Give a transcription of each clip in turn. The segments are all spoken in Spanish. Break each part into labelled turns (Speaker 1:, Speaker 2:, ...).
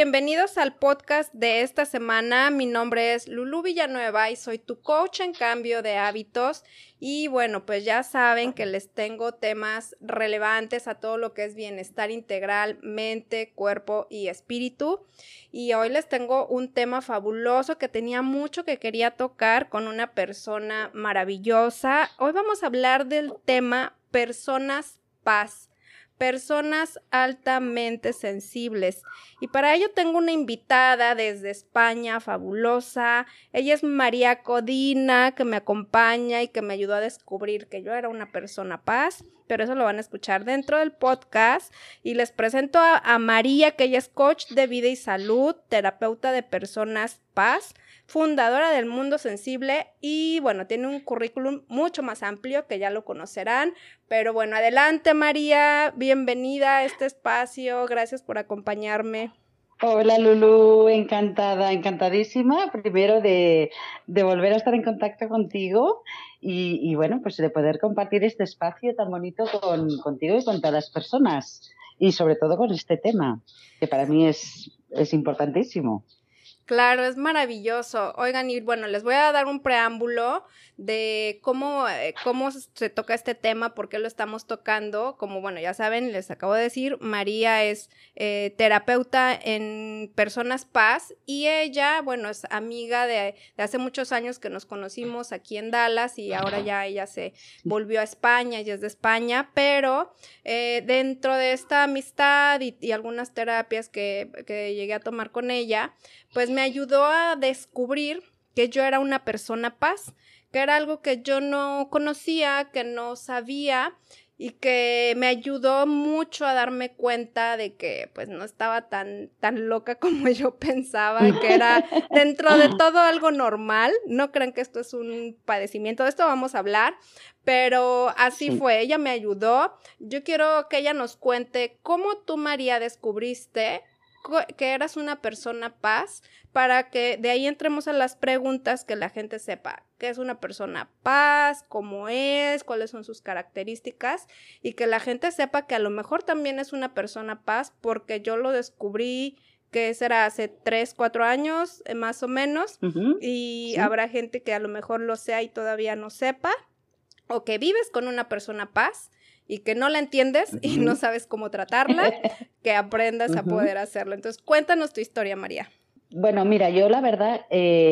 Speaker 1: bienvenidos al podcast de esta semana. Mi nombre es Lulú Villanueva y soy tu coach en cambio de hábitos. Y bueno, pues ya saben que les tengo temas relevantes a todo lo que es bienestar integral, mente, cuerpo y espíritu. Y hoy les tengo un tema fabuloso que tenía mucho que quería tocar con una persona maravillosa. Hoy vamos a hablar del tema personas paz. Personas altamente sensibles. Y para ello tengo una invitada desde España, fabulosa. Ella es María Codina, que me acompaña y que me ayudó a descubrir que yo era una persona paz, pero eso lo van a escuchar dentro del podcast. Y les presento a María, que ella es coach de vida y salud, terapeuta de personas paz, fundadora del Mundo Sensible y bueno, tiene un currículum mucho más amplio que ya lo conocerán, pero bueno, adelante María, bienvenida a este espacio, gracias por acompañarme.
Speaker 2: Hola Lulu, encantada, encantadísima primero de volver a estar en contacto contigo y bueno, pues de poder compartir este espacio tan bonito contigo y con todas las personas y sobre todo con este tema que para mí es importantísimo.
Speaker 1: Claro, es maravilloso. Oigan, y bueno, les voy a dar un preámbulo de cómo se toca este tema, por qué lo estamos tocando. Como, bueno, ya saben, les acabo de decir, María es terapeuta en Personas Paz y ella, bueno, es amiga de hace muchos años que nos conocimos aquí en Dallas y ahora ya ella se volvió a España, ella es de España, pero dentro de esta amistad y algunas terapias que llegué a tomar con ella, pues me ayudó a descubrir que yo era una persona paz, que era algo que yo no conocía, que no sabía y que me ayudó mucho a darme cuenta de que pues no estaba tan loca como yo pensaba, que era dentro de todo algo normal. No crean que esto es un padecimiento, de esto vamos a hablar, pero así fue, ella me ayudó. Yo quiero que ella nos cuente cómo tú, María, descubriste que eras una persona paz, para que de ahí entremos a las preguntas, que la gente sepa qué es una persona paz, cómo es, cuáles son sus características y que la gente sepa que a lo mejor también es una persona paz, porque yo lo descubrí que será hace 3, 4 años más o menos, y habrá gente que a lo mejor lo sea y todavía no sepa, o que vives con una persona paz y que no la entiendes y no sabes cómo tratarla, que aprendas a poder hacerlo. Entonces, cuéntanos tu historia, María.
Speaker 2: Bueno, mira, yo la verdad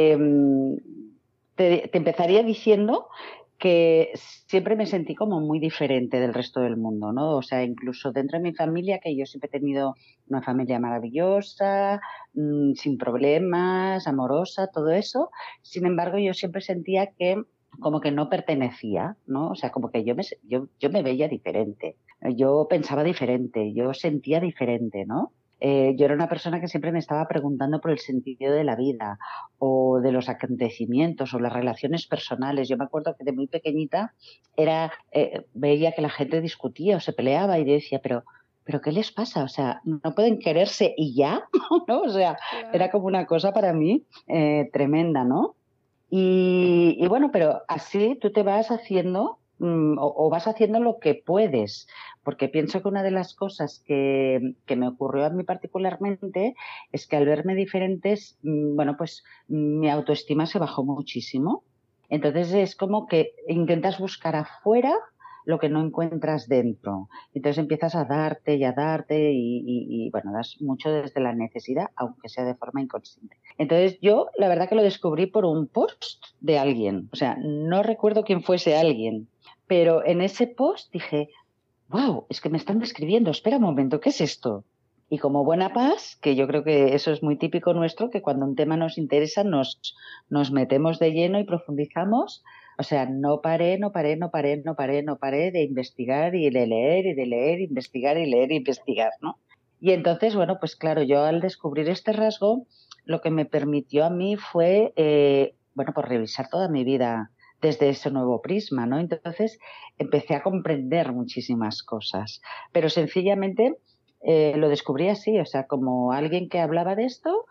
Speaker 2: te empezaría diciendo que siempre me sentí como muy diferente del resto del mundo, ¿no? O sea, incluso dentro de mi familia, que yo siempre he tenido una familia maravillosa, sin problemas, amorosa, todo eso. Sin embargo, yo siempre sentía que como que no pertenecía, ¿no? O sea, como que yo me veía diferente, yo pensaba diferente, yo sentía diferente, ¿no? Yo era una persona que siempre me estaba preguntando por el sentido de la vida o de los acontecimientos o las relaciones personales. Yo me acuerdo que de muy pequeñita veía que la gente discutía o se peleaba y yo decía, pero ¿qué les pasa? O sea, ¿no pueden quererse y ya? ¿No? O sea, claro. Era como una cosa para mí tremenda, ¿no? Y bueno, pero así tú te vas haciendo o vas haciendo lo que puedes, porque pienso que una de las cosas que me ocurrió a mí particularmente es que al verme diferentes, bueno, pues mi autoestima se bajó muchísimo. Entonces es como que intentas buscar afuera lo que no encuentras dentro. Entonces empiezas a darte y bueno, das mucho desde la necesidad, aunque sea de forma inconsciente. Entonces yo la verdad que lo descubrí por un post de alguien. O sea, no recuerdo quién fue ese alguien, pero en ese post dije, wow, es que me están describiendo, espera un momento, ¿qué es esto? Y como buena paz, que yo creo que eso es muy típico nuestro, que cuando un tema nos interesa nos metemos de lleno y profundizamos. O sea, no paré de investigar y de leer, investigar y leer, investigar, ¿no? Y entonces, bueno, pues claro, yo al descubrir este rasgo, lo que me permitió a mí fue, bueno, pues revisar toda mi vida desde ese nuevo prisma, ¿no? Entonces empecé a comprender muchísimas cosas, pero sencillamente lo descubrí así, o sea, como alguien que hablaba de esto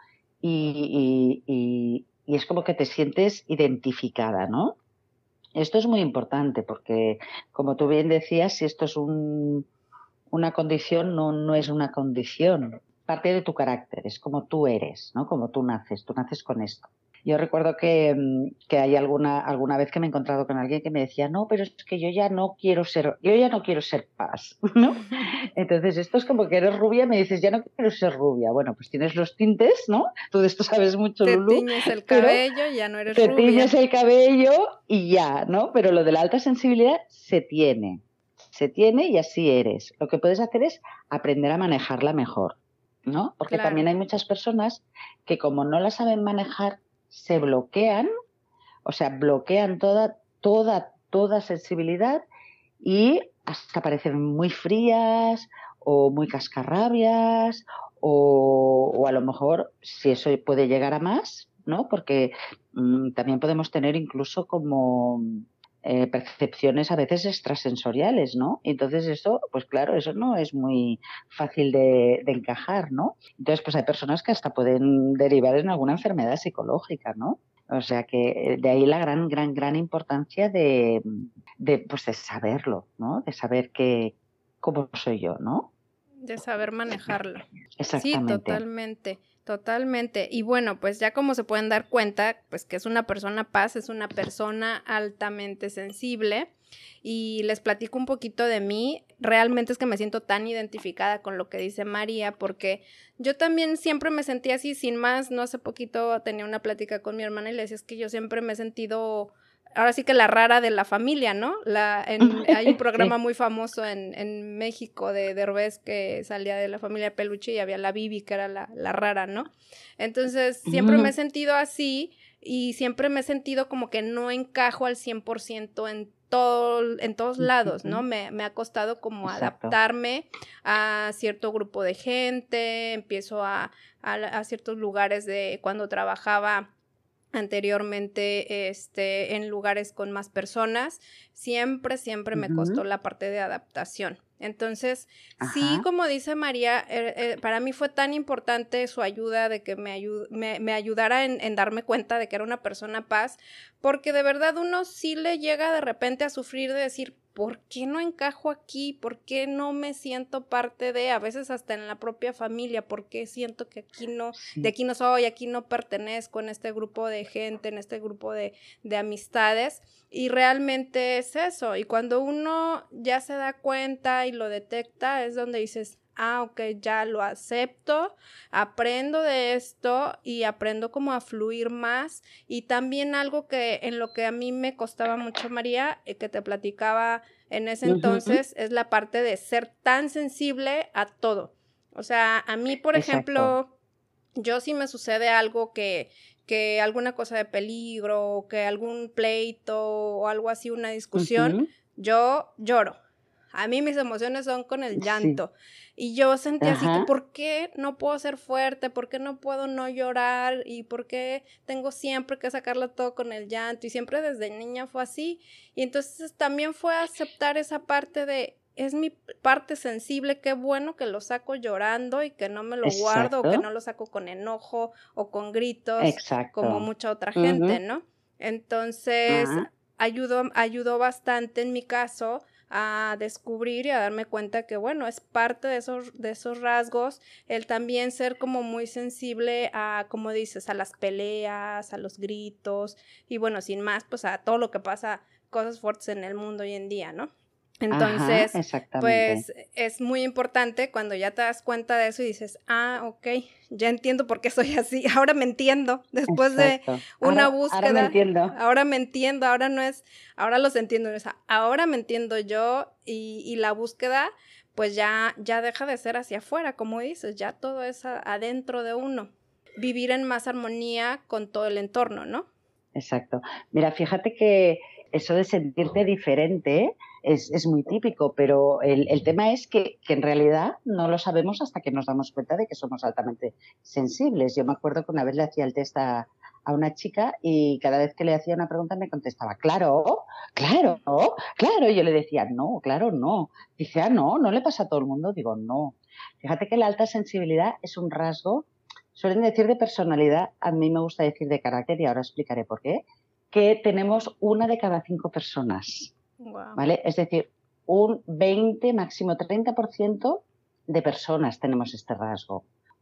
Speaker 2: y es como que te sientes identificada, ¿no? Esto es muy importante porque, como tú bien decías, si esto es una condición, no es una condición. parte de tu carácter, es como tú eres, ¿no? Como tú naces con esto. Yo recuerdo que hay alguna vez que me he encontrado con alguien que me decía, no, pero es que yo ya no quiero ser Paz, ¿no? Entonces esto es como que eres rubia y me dices, ya no quiero ser rubia. Bueno, pues tienes los tintes, ¿no? Tú de esto sabes mucho,
Speaker 1: Te
Speaker 2: Lulú,
Speaker 1: tiñes el
Speaker 2: pero
Speaker 1: cabello, ya no eres
Speaker 2: te tiñes
Speaker 1: rubia.
Speaker 2: el cabello y ya, ¿no? Pero lo de la alta sensibilidad se tiene y así eres. Lo que puedes hacer es aprender a manejarla mejor, ¿no? Porque
Speaker 1: Claro,
Speaker 2: también hay muchas personas que como no la saben manejar, se bloquean, o sea, bloquean toda sensibilidad y hasta parecen muy frías o muy cascarrabias o a lo mejor si eso puede llegar a más, ¿no? Porque también podemos tener incluso como percepciones a veces extrasensoriales, ¿no? Entonces eso, pues claro, eso no es muy fácil de encajar, ¿no? Entonces, pues hay personas que hasta pueden derivar en alguna enfermedad psicológica, ¿no? O sea que de ahí la gran importancia pues de saberlo, ¿no? De saber cómo soy yo, ¿no?
Speaker 1: de saber manejarlo. Sí,
Speaker 2: Exactamente.
Speaker 1: totalmente, totalmente. Y bueno, pues ya como se pueden dar cuenta, pues que es una persona Paz, es una persona altamente sensible. Y les platico un poquito de mí. Realmente es que me siento tan identificada con lo que dice María, porque yo también siempre me sentí así, sin más. No hace poquito tenía una plática con mi hermana y le decía, es que yo siempre me he sentido, ahora sí que la rara de la familia, ¿no? Hay un programa
Speaker 2: Sí.
Speaker 1: muy famoso en México de Derbez que salía de la familia Peluche y había la Bibi, que era la rara, ¿no? Entonces, siempre me he sentido así y siempre me he sentido como que no encajo al 100% en todos lados, ¿no? Me ha costado como
Speaker 2: Exacto.
Speaker 1: adaptarme a cierto grupo de gente, empiezo a ciertos lugares de cuando trabajaba anteriormente en lugares con más personas, siempre me costó la parte de adaptación. Entonces, sí,
Speaker 2: Ajá.
Speaker 1: como dice María, para mí fue tan importante su ayuda de que me ayudara en darme cuenta de que era una persona Paz, porque de verdad uno sí le llega de repente a sufrir de decir, ¿por qué no encajo aquí? ¿Por qué no me siento parte de, a veces hasta en la propia familia? ¿Por qué siento que de
Speaker 2: Sí.
Speaker 1: aquí no soy, aquí no pertenezco en este grupo de gente, en este grupo de amistades? Y realmente es eso. Y cuando uno ya se da cuenta y lo detecta, es donde dices, ah, ok, ya lo acepto, aprendo de esto y aprendo como a fluir más. Y también algo que en lo que a mí me costaba mucho, María, que te platicaba en ese
Speaker 2: Ujú.
Speaker 1: entonces, es la parte de ser tan sensible a todo. O sea, a mí, por
Speaker 2: Exacto.
Speaker 1: ejemplo, yo si me sucede algo que alguna cosa de peligro, que algún pleito o algo así, una discusión,
Speaker 2: Ujú.
Speaker 1: yo lloro. A mí mis emociones son con el
Speaker 2: Sí.
Speaker 1: llanto. Y yo sentí así que,
Speaker 2: Ajá.
Speaker 1: ¿por qué no puedo ser fuerte? ¿Por qué no puedo no llorar? ¿Y por qué tengo siempre que sacarlo todo con el llanto? Y siempre desde niña fue así. Y entonces también fue aceptar esa parte de, es mi parte sensible, qué bueno que lo saco llorando y que no me lo guardo o que
Speaker 2: Exacto.
Speaker 1: no lo saco con enojo o con gritos como
Speaker 2: Exacto.
Speaker 1: mucha otra gente,
Speaker 2: Ujú.
Speaker 1: ¿no? Entonces,
Speaker 2: Ah,
Speaker 1: ayudó bastante en mi caso a descubrir y a darme cuenta que, bueno, es parte de esos rasgos, el también ser como muy sensible a, como dices, a las peleas, a los gritos y, bueno, sin más, pues a todo lo que pasa, cosas fuertes en el mundo hoy en día, ¿no?
Speaker 2: ajá,
Speaker 1: Entonces,
Speaker 2: exactamente.
Speaker 1: pues es muy importante cuando ya te das cuenta de eso y dices, ah, ok, ya entiendo por qué soy así, ahora me entiendo, después de
Speaker 2: Exacto.
Speaker 1: una
Speaker 2: Ahora me
Speaker 1: búsqueda,
Speaker 2: entiendo.
Speaker 1: ahora me entiendo, ahora no es, ahora los entiendo, o sea, ahora me entiendo yo y la búsqueda pues ya deja de ser hacia afuera, como dices, ya todo es adentro de uno, vivir en más armonía con todo el entorno, ¿no?
Speaker 2: Exacto. Mira, fíjate que eso de sentirte diferente es muy típico, pero el tema es que en realidad no lo sabemos hasta que nos damos cuenta de que somos altamente sensibles. Yo me acuerdo que una vez le hacía el test a una chica y cada vez que le hacía una pregunta me contestaba, claro, claro, claro. Y yo le decía, no, claro, no. Dice, ah, no, no le pasa a todo el mundo. Digo, no. Fíjate que la alta sensibilidad es un rasgo. Suelen decir de personalidad, a mí me gusta decir de carácter y ahora explicaré por qué, que tenemos una de cada 5 personas,
Speaker 1: Wow.
Speaker 2: ¿vale? Es decir, un 20, máximo 30% de personas tenemos este rasgo.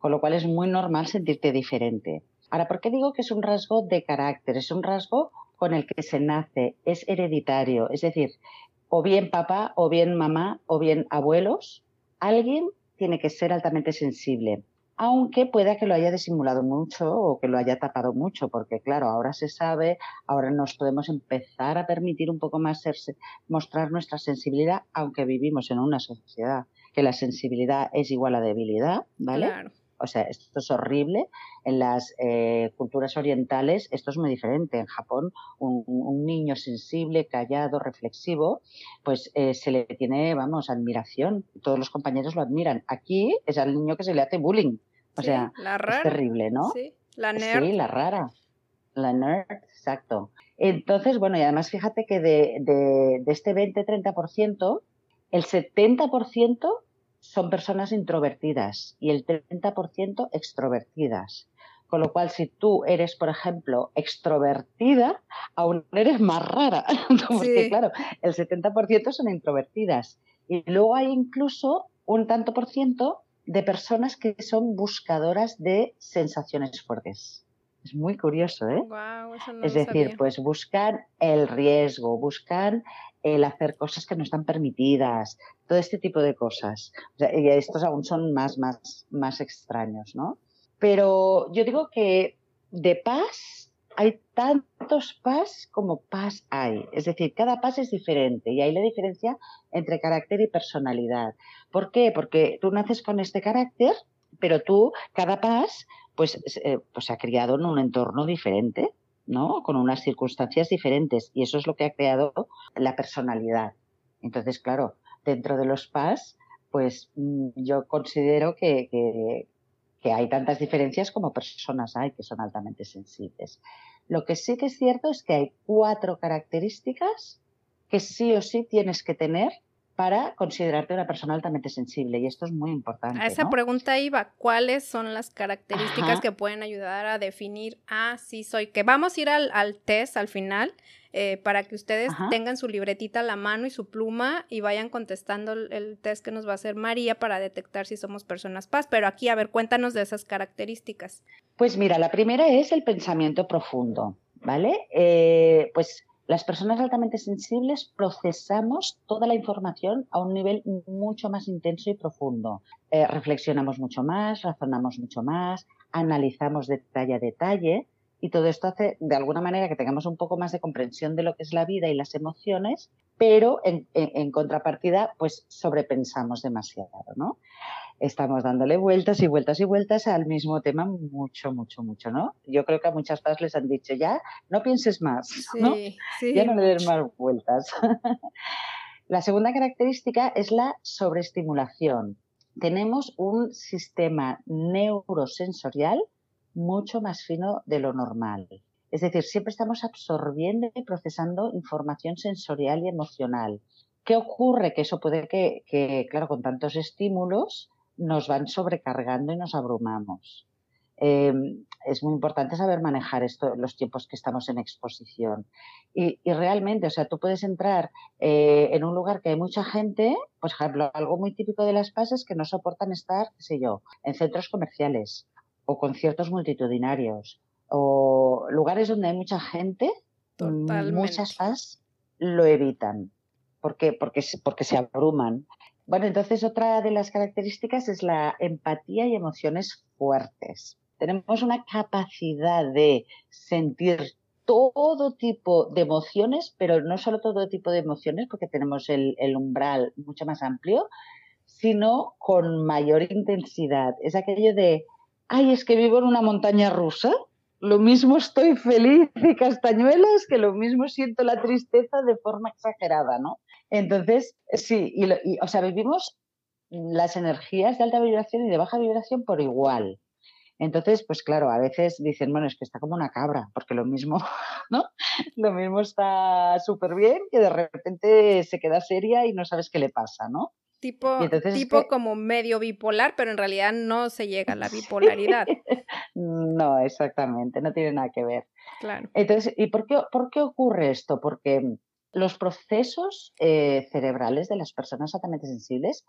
Speaker 2: con lo cual es muy normal sentirte diferente. Ahora, ¿por qué digo que es un rasgo de carácter? Es un rasgo con el que se nace, es hereditario, es decir, o bien papá, o bien mamá, o bien abuelos, alguien tiene que ser altamente sensible, aunque pueda que lo haya disimulado mucho o que lo haya tapado mucho, porque claro, ahora se sabe, ahora nos podemos empezar a permitir un poco más mostrar nuestra sensibilidad, aunque vivimos en una sociedad que la sensibilidad es igual a debilidad, ¿vale?
Speaker 1: Claro.
Speaker 2: O sea, esto es horrible. En las culturas orientales esto es muy diferente. En Japón, un niño sensible, callado, reflexivo, pues se le tiene, vamos, admiración. Todos los compañeros lo admiran. Aquí es al niño que se le hace bullying. O
Speaker 1: Sí,
Speaker 2: sea,
Speaker 1: la
Speaker 2: es
Speaker 1: rara.
Speaker 2: terrible, ¿no?
Speaker 1: Sí, la nerd.
Speaker 2: Sí, la rara, la nerd, exacto. Entonces, bueno, y además fíjate que de este 20-30%, el 70% son personas introvertidas y el 30% extrovertidas. Con lo cual, si tú eres, por ejemplo, extrovertida, aún eres más rara, porque
Speaker 1: Sí.
Speaker 2: claro, el 70% son introvertidas. Y luego hay incluso un tanto por ciento de personas que son buscadoras de sensaciones fuertes. Es muy curioso, ¿eh?
Speaker 1: Wow, eso no
Speaker 2: Es
Speaker 1: lo
Speaker 2: decir,
Speaker 1: sabía.
Speaker 2: pues buscan el riesgo, buscan el hacer cosas que no están permitidas, todo este tipo de cosas. O sea, y estos aún son más extraños, ¿no? Pero yo digo que de paz hay tantos paz como paz hay. Es decir, cada paz es diferente y hay la diferencia entre carácter y personalidad. ¿Por qué? Porque tú naces con este carácter, pero tú, cada paz, pues se ha criado en un entorno diferente, ¿no? Con unas circunstancias diferentes y eso es lo que ha creado la personalidad. Entonces, claro, dentro de los PAS, pues yo considero que hay tantas diferencias como personas hay que son altamente sensibles. Lo que sí que es cierto es que hay 4 características que sí o sí tienes que tener para considerarte una persona altamente sensible y esto es muy
Speaker 1: A
Speaker 2: importante,
Speaker 1: esa
Speaker 2: ¿no?
Speaker 1: pregunta iba, ¿cuáles son las características
Speaker 2: Ajá,
Speaker 1: que pueden ayudar a definir, sí soy? Que vamos a ir al test al final, para que ustedes
Speaker 2: ajá.
Speaker 1: tengan su libretita a la mano y su pluma y vayan contestando el test que nos va a hacer María para detectar si somos personas paz. Pero aquí, a ver, cuéntanos de esas características.
Speaker 2: Pues mira, la primera es el pensamiento profundo, ¿vale? Pues las personas altamente sensibles procesamos toda la información a un nivel mucho más intenso y profundo. Reflexionamos mucho más, razonamos mucho más, analizamos detalle a detalle y todo esto hace de alguna manera que tengamos un poco más de comprensión de lo que es la vida y las emociones, pero en contrapartida, pues sobrepensamos demasiado, ¿no? Estamos dándole vueltas y vueltas y vueltas al mismo tema mucho, mucho, mucho, ¿no? Yo creo que a muchas padres les han dicho ya, no pienses más, ¿no?
Speaker 1: Sí,
Speaker 2: Ya
Speaker 1: sí,
Speaker 2: no le des
Speaker 1: mucho.
Speaker 2: más vueltas. La segunda característica es la sobreestimulación. Tenemos un sistema neurosensorial mucho más fino de lo normal. Es decir, siempre estamos absorbiendo y procesando información sensorial y emocional. ¿Qué ocurre? Que eso puede claro, con tantos estímulos nos van sobrecargando y nos abrumamos. Eh, es muy importante saber manejar esto, los tiempos que estamos en exposición. Y realmente, o sea, tú puedes entrar en un lugar que hay mucha gente, por ejemplo, algo muy típico de las PAS es que no soportan estar, qué sé yo, en centros comerciales o conciertos multitudinarios o lugares donde hay mucha gente, muchas
Speaker 1: Totalmente.
Speaker 2: PAS lo evitan porque se abruman. Bueno, entonces otra de las características es la empatía y emociones fuertes. Tenemos una capacidad de sentir todo tipo de emociones, pero no solo todo tipo de emociones, porque tenemos el umbral mucho más amplio, sino con mayor intensidad. Es aquello de, ay, es que vivo en una montaña rusa, lo mismo estoy feliz y castañuelas, que lo mismo siento la tristeza de forma exagerada, ¿no? Entonces, sí, o sea, vivimos las energías de alta vibración y de baja vibración por igual. Entonces, pues claro, a veces dicen, bueno, es que está como una cabra, porque lo mismo, ¿no? Lo mismo está súper bien que de repente se queda seria y no sabes qué le pasa, ¿no? Y
Speaker 1: Tipo,
Speaker 2: entonces es
Speaker 1: tipo
Speaker 2: que,
Speaker 1: como medio bipolar, pero en realidad no se llega a la bipolaridad.
Speaker 2: no, exactamente, no tiene nada que ver.
Speaker 1: Claro.
Speaker 2: Entonces, ¿y por qué ocurre esto? Porque los procesos cerebrales de las personas altamente sensibles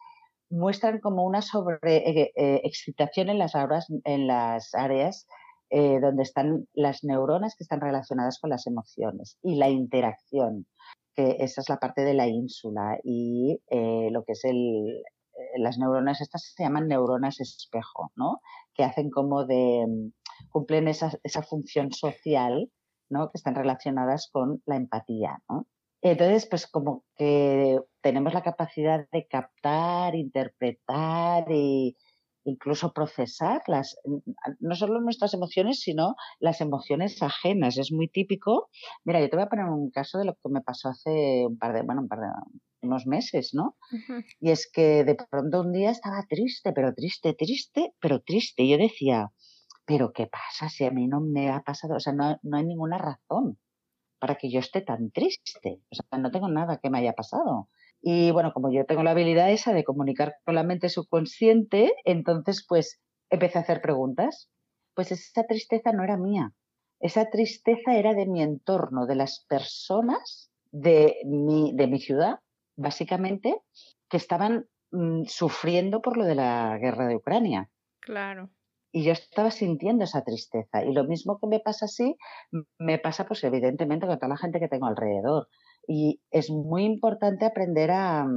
Speaker 2: muestran como una excitación en las áreas donde están las neuronas que están relacionadas con las emociones y la interacción, que esa es la parte de la ínsula y lo que es las neuronas estas se llaman neuronas espejo, ¿no? Que hacen como cumplen esa función social, ¿no? Que están relacionadas con la empatía, ¿no? Entonces, pues como que tenemos la capacidad de captar, interpretar e incluso procesar no solo nuestras emociones, sino las emociones ajenas. Es muy típico. Mira, yo te voy a poner un caso de lo que me pasó hace unos meses, ¿no?
Speaker 1: Ujú.
Speaker 2: Y es que de pronto un día estaba triste, pero triste, triste, pero triste. Y yo decía, ¿pero qué pasa si a mí no me ha pasado? O sea, no hay ninguna razón para que yo esté tan triste. O sea, no tengo nada que me haya pasado. Y bueno, como yo tengo la habilidad esa de comunicar con la mente subconsciente, entonces pues empecé a hacer preguntas. Pues esa tristeza no era mía. Esa tristeza era de mi entorno, de las personas de mi ciudad, básicamente, que estaban sufriendo por lo de la guerra de Ucrania.
Speaker 1: Claro.
Speaker 2: Y yo estaba sintiendo esa tristeza. Y lo mismo que me pasa así, me pasa pues evidentemente con toda la gente que tengo alrededor. Y es muy importante aprender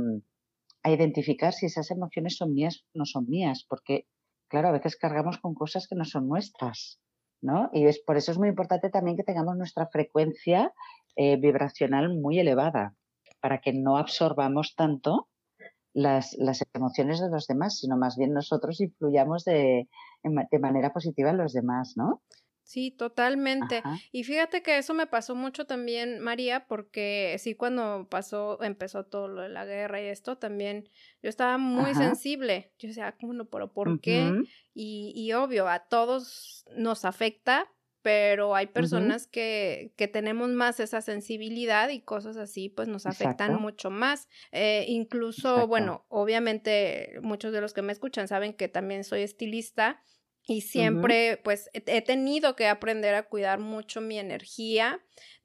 Speaker 2: a identificar si esas emociones son mías o no son mías, porque claro, a veces cargamos con cosas que no son nuestras, ¿no? Y por eso es muy importante también que tengamos nuestra frecuencia vibracional muy elevada, para que no absorbamos tanto las emociones de los demás, sino más bien nosotros influyamos de manera positiva en los demás, ¿no?
Speaker 1: Sí, totalmente.
Speaker 2: Ajá,
Speaker 1: Y fíjate que eso me pasó mucho también, María, porque sí, cuando empezó todo lo de la guerra y esto, también yo estaba muy
Speaker 2: ajá,
Speaker 1: sensible. Yo decía, bueno, pero ¿por qué?
Speaker 2: ujú,
Speaker 1: Y obvio, a todos nos afecta, pero hay
Speaker 2: ujú,
Speaker 1: personas que tenemos más esa sensibilidad y cosas así, pues nos afectan
Speaker 2: exacto,
Speaker 1: mucho más. Incluso,
Speaker 2: exacto.
Speaker 1: bueno, obviamente muchos de los que me escuchan saben que también soy estilista y
Speaker 2: Ujú,
Speaker 1: siempre, pues, he tenido que aprender a cuidar mucho mi energía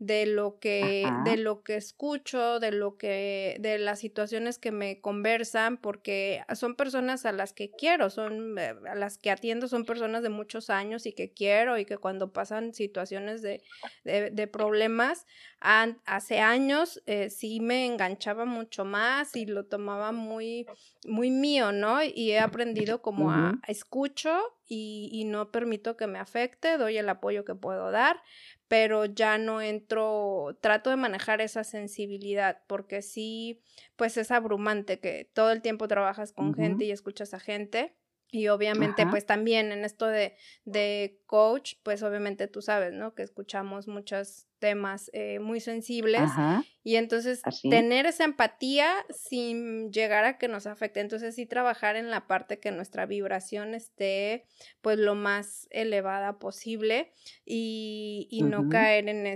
Speaker 1: de
Speaker 2: ajá,
Speaker 1: lo que escucho, de las situaciones que me conversan, porque son personas a las que quiero, a las que atiendo, son personas de muchos años y que quiero, y que cuando pasan situaciones de problemas, hace años, sí me enganchaba mucho más y lo tomaba muy mío, ¿no? Y he aprendido como
Speaker 2: ujú,
Speaker 1: a escucho y no permito que me afecte, doy el apoyo que puedo dar, pero ya no entro, trato de manejar esa sensibilidad, porque sí, pues es abrumante que todo el tiempo trabajas con
Speaker 2: ujú,
Speaker 1: gente y escuchas a gente. Y obviamente,
Speaker 2: ajá,
Speaker 1: pues también en esto de coach, pues obviamente tú sabes, ¿no? Que escuchamos muchos temas muy sensibles
Speaker 2: ajá,
Speaker 1: y entonces
Speaker 2: así,
Speaker 1: tener esa empatía sin llegar a que nos afecte. Entonces, sí trabajar en la parte que nuestra vibración esté, pues, lo más elevada posible y no
Speaker 2: ujú,
Speaker 1: caer en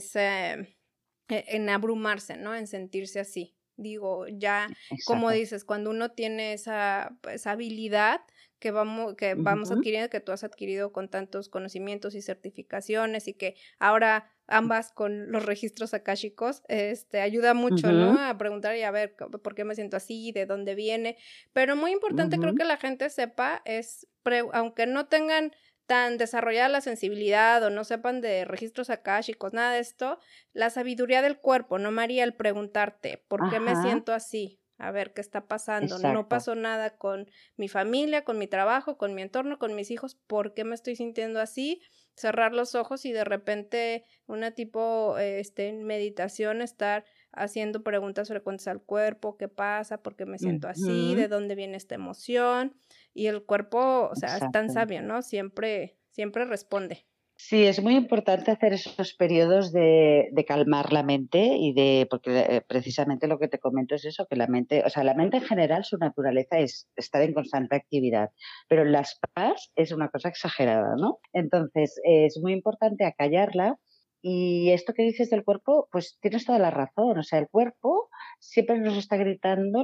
Speaker 1: en abrumarse, ¿no? En sentirse así. Digo, ya, como
Speaker 2: exacto.
Speaker 1: dices, cuando uno tiene esa habilidad que vamos
Speaker 2: Ujú,
Speaker 1: adquiriendo, que tú has adquirido con tantos conocimientos y certificaciones, y que ahora ambas con los registros akáshicos, ayuda mucho, ¿no?
Speaker 2: ujú,
Speaker 1: A preguntar y a ver por qué me siento así, de dónde viene. Pero muy importante creo
Speaker 2: ujú,
Speaker 1: que la gente sepa aunque no tengan tan desarrollada la sensibilidad o no sepan de registros akáshicos, nada de esto, la sabiduría del cuerpo, ¿no, María? El preguntarte, ¿por qué me
Speaker 2: ajá,
Speaker 1: siento así? A ver qué está pasando. No
Speaker 2: exacto.
Speaker 1: pasó nada con mi familia, con mi trabajo, con mi entorno, con mis hijos. ¿Por qué me estoy sintiendo así? Cerrar los ojos y de repente una tipo, meditación, estar haciendo preguntas frecuentes al cuerpo, ¿qué pasa? ¿Por qué me siento así?
Speaker 2: Ujú,
Speaker 1: ¿De dónde viene esta emoción? Y el cuerpo, o sea, es tan
Speaker 2: exacto.
Speaker 1: sabio, ¿no? Siempre responde.
Speaker 2: Sí, es muy importante hacer esos periodos de calmar la mente porque precisamente lo que te comento es eso, que la mente, o sea, la mente en general, su naturaleza es estar en constante actividad, pero en las PAS es una cosa exagerada, ¿no? Entonces, es muy importante acallarla y esto que dices del cuerpo, pues tienes toda la razón, o sea, el cuerpo siempre nos está gritando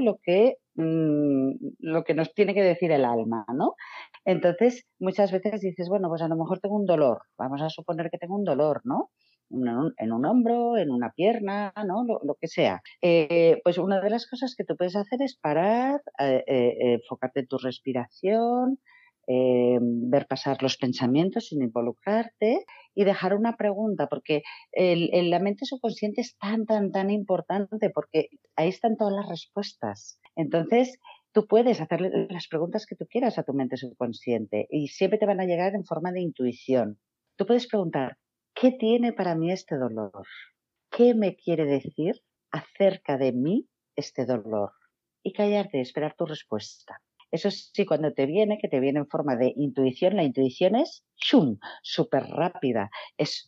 Speaker 2: lo que nos tiene que decir el alma, ¿no? Entonces, muchas veces dices, bueno, pues a lo mejor tengo un dolor, vamos a suponer que tengo un dolor, ¿no? en un hombro, en una pierna, ¿no? Lo que sea. Pues una de las cosas que tú puedes hacer es parar, enfocarte en tu respiración, ver pasar los pensamientos sin involucrarte y dejar una pregunta, porque la mente subconsciente es tan importante porque ahí están todas las respuestas. Entonces, tú puedes hacerle las preguntas que tú quieras a tu mente subconsciente y siempre te van a llegar en forma de intuición. Tú puedes preguntar, ¿qué tiene para mí este dolor? ¿Qué me quiere decir acerca de mí este dolor? Y callarte y esperar tu respuesta. Eso sí, cuando te viene, que te viene en forma de intuición, la intuición es ¡chum! Súper rápida, es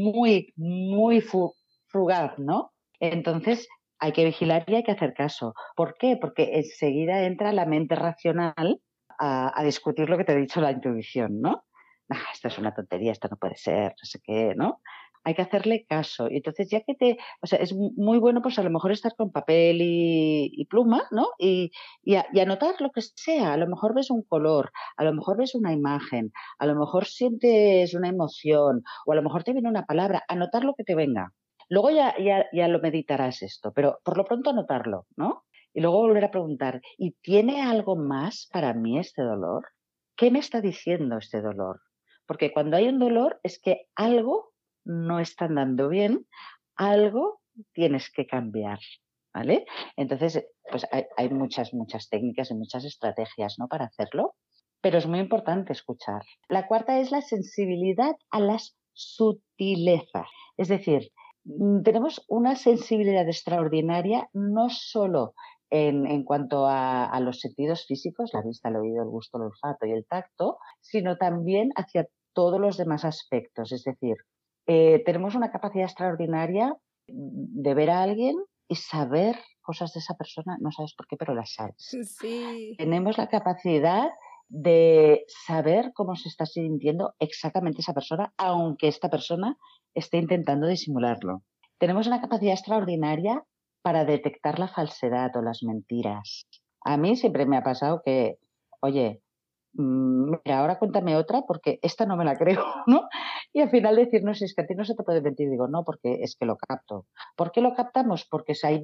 Speaker 2: muy fugaz, ¿no? Entonces hay que vigilar y hay que hacer caso. ¿Por qué? Porque enseguida entra la mente racional a discutir lo que te ha dicho la intuición, ¿no? Esto es una tontería, esto no puede ser, no sé qué, ¿no? Hay que hacerle caso. Y entonces, ya que o sea, es muy bueno, pues a lo mejor estar con papel y pluma, ¿no? Y anotar lo que sea. A lo mejor ves un color, a lo mejor ves una imagen, a lo mejor sientes una emoción, o a lo mejor te viene una palabra. Anotar lo que te venga. Luego ya lo meditarás esto, pero por lo pronto anotarlo, ¿no? Y luego volver a preguntar, ¿y tiene algo más para mí este dolor? ¿Qué me está diciendo este dolor? Porque cuando hay un dolor es que algo no está andando bien, algo tienes que cambiar, ¿vale? Entonces, pues hay muchas técnicas y muchas estrategias, ¿no? Para hacerlo, pero es muy importante escuchar. La cuarta es la sensibilidad a las sutilezas. Es decir, tenemos una sensibilidad extraordinaria no solo en cuanto a los sentidos físicos, la vista, el oído, el gusto, el olfato y el tacto, sino también hacia todos los demás aspectos. Es decir, tenemos una capacidad extraordinaria de ver a alguien y saber cosas de esa persona, no sabes por qué, pero las sabes.
Speaker 1: Sí.
Speaker 2: Tenemos la capacidad de saber cómo se está sintiendo exactamente esa persona, aunque esta persona esté intentando disimularlo. Tenemos una capacidad extraordinaria para detectar la falsedad o las mentiras. A mí siempre me ha pasado que, oye, mira, ahora cuéntame otra porque esta no me la creo, ¿no? Y al final decir, no, si es que a ti no se te puede mentir, digo, no, porque es que lo capto. ¿Por qué lo captamos? Porque hay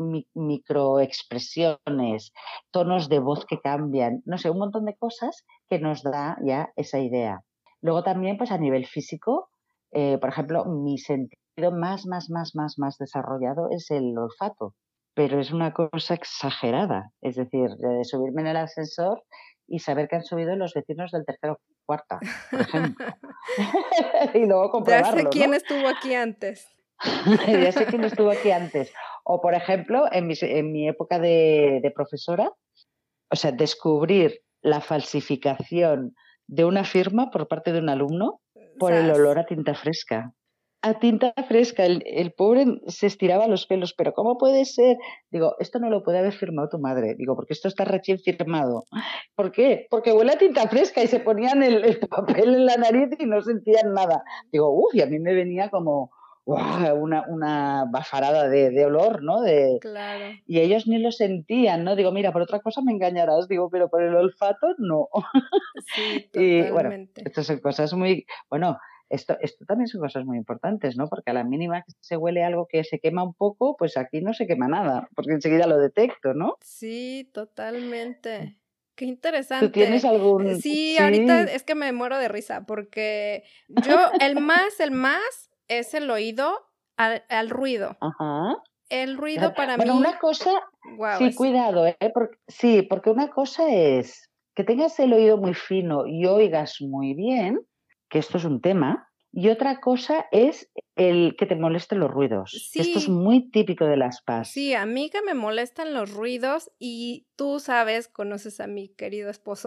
Speaker 2: microexpresiones, tonos de voz que cambian, no sé, un montón de cosas que nos da ya esa idea. Luego también, pues a nivel físico, por ejemplo, mi sentido más desarrollado es el olfato, pero es una cosa exagerada. Es decir, de subirme en el ascensor y saber que han subido los vecinos del tercero o cuarta, por ejemplo. Y luego
Speaker 1: Ya sé
Speaker 2: comprobarlo,
Speaker 1: quién
Speaker 2: ¿no?
Speaker 1: estuvo aquí antes.
Speaker 2: Ya sé quién estuvo aquí antes. O, por ejemplo, en mi época de profesora, o sea, descubrir la falsificación de una firma por parte de un alumno por el
Speaker 1: Sas.
Speaker 2: olor a tinta fresca. A tinta fresca, el pobre se estiraba los pelos, pero ¿cómo puede ser? Digo, esto no lo puede haber firmado tu madre. Digo, porque esto está recién firmado. ¿Por qué? Porque huele a tinta fresca y se ponían el papel en la nariz y no sentían nada. Digo, uff, y a mí me venía como ¡guau! Una bafarada de olor, ¿no?
Speaker 1: Claro.
Speaker 2: Y ellos ni lo sentían, ¿no? Digo, mira, por otra cosa me engañarás, digo, pero por el olfato no.
Speaker 1: Sí,
Speaker 2: Y bueno,
Speaker 1: totalmente.
Speaker 2: estas son cosas muy, bueno, esto también son cosas muy importantes, ¿no? Porque a la mínima que se huele algo que se quema un poco, pues aquí no se quema nada, porque enseguida lo detecto, ¿no?
Speaker 1: Sí, totalmente. Qué
Speaker 2: ¿Tú tienes
Speaker 1: interesante.
Speaker 2: algún?
Speaker 1: Sí, ahorita
Speaker 2: Sí.
Speaker 1: es que me muero de risa porque el más es el oído al ruido.
Speaker 2: Ajá.
Speaker 1: El ruido para
Speaker 2: Bueno, una
Speaker 1: mí,
Speaker 2: cosa,
Speaker 1: wow,
Speaker 2: sí,
Speaker 1: es
Speaker 2: cuidado, ¿eh? Sí, porque una cosa es que tengas el oído muy fino y oigas muy bien, que esto es un tema, y otra cosa es el que te molesten los ruidos, que esto es
Speaker 1: sí,
Speaker 2: muy típico de las
Speaker 1: sí,
Speaker 2: PAS.
Speaker 1: a mí que me molestan los ruidos y tú sabes, conoces a mi querido esposo,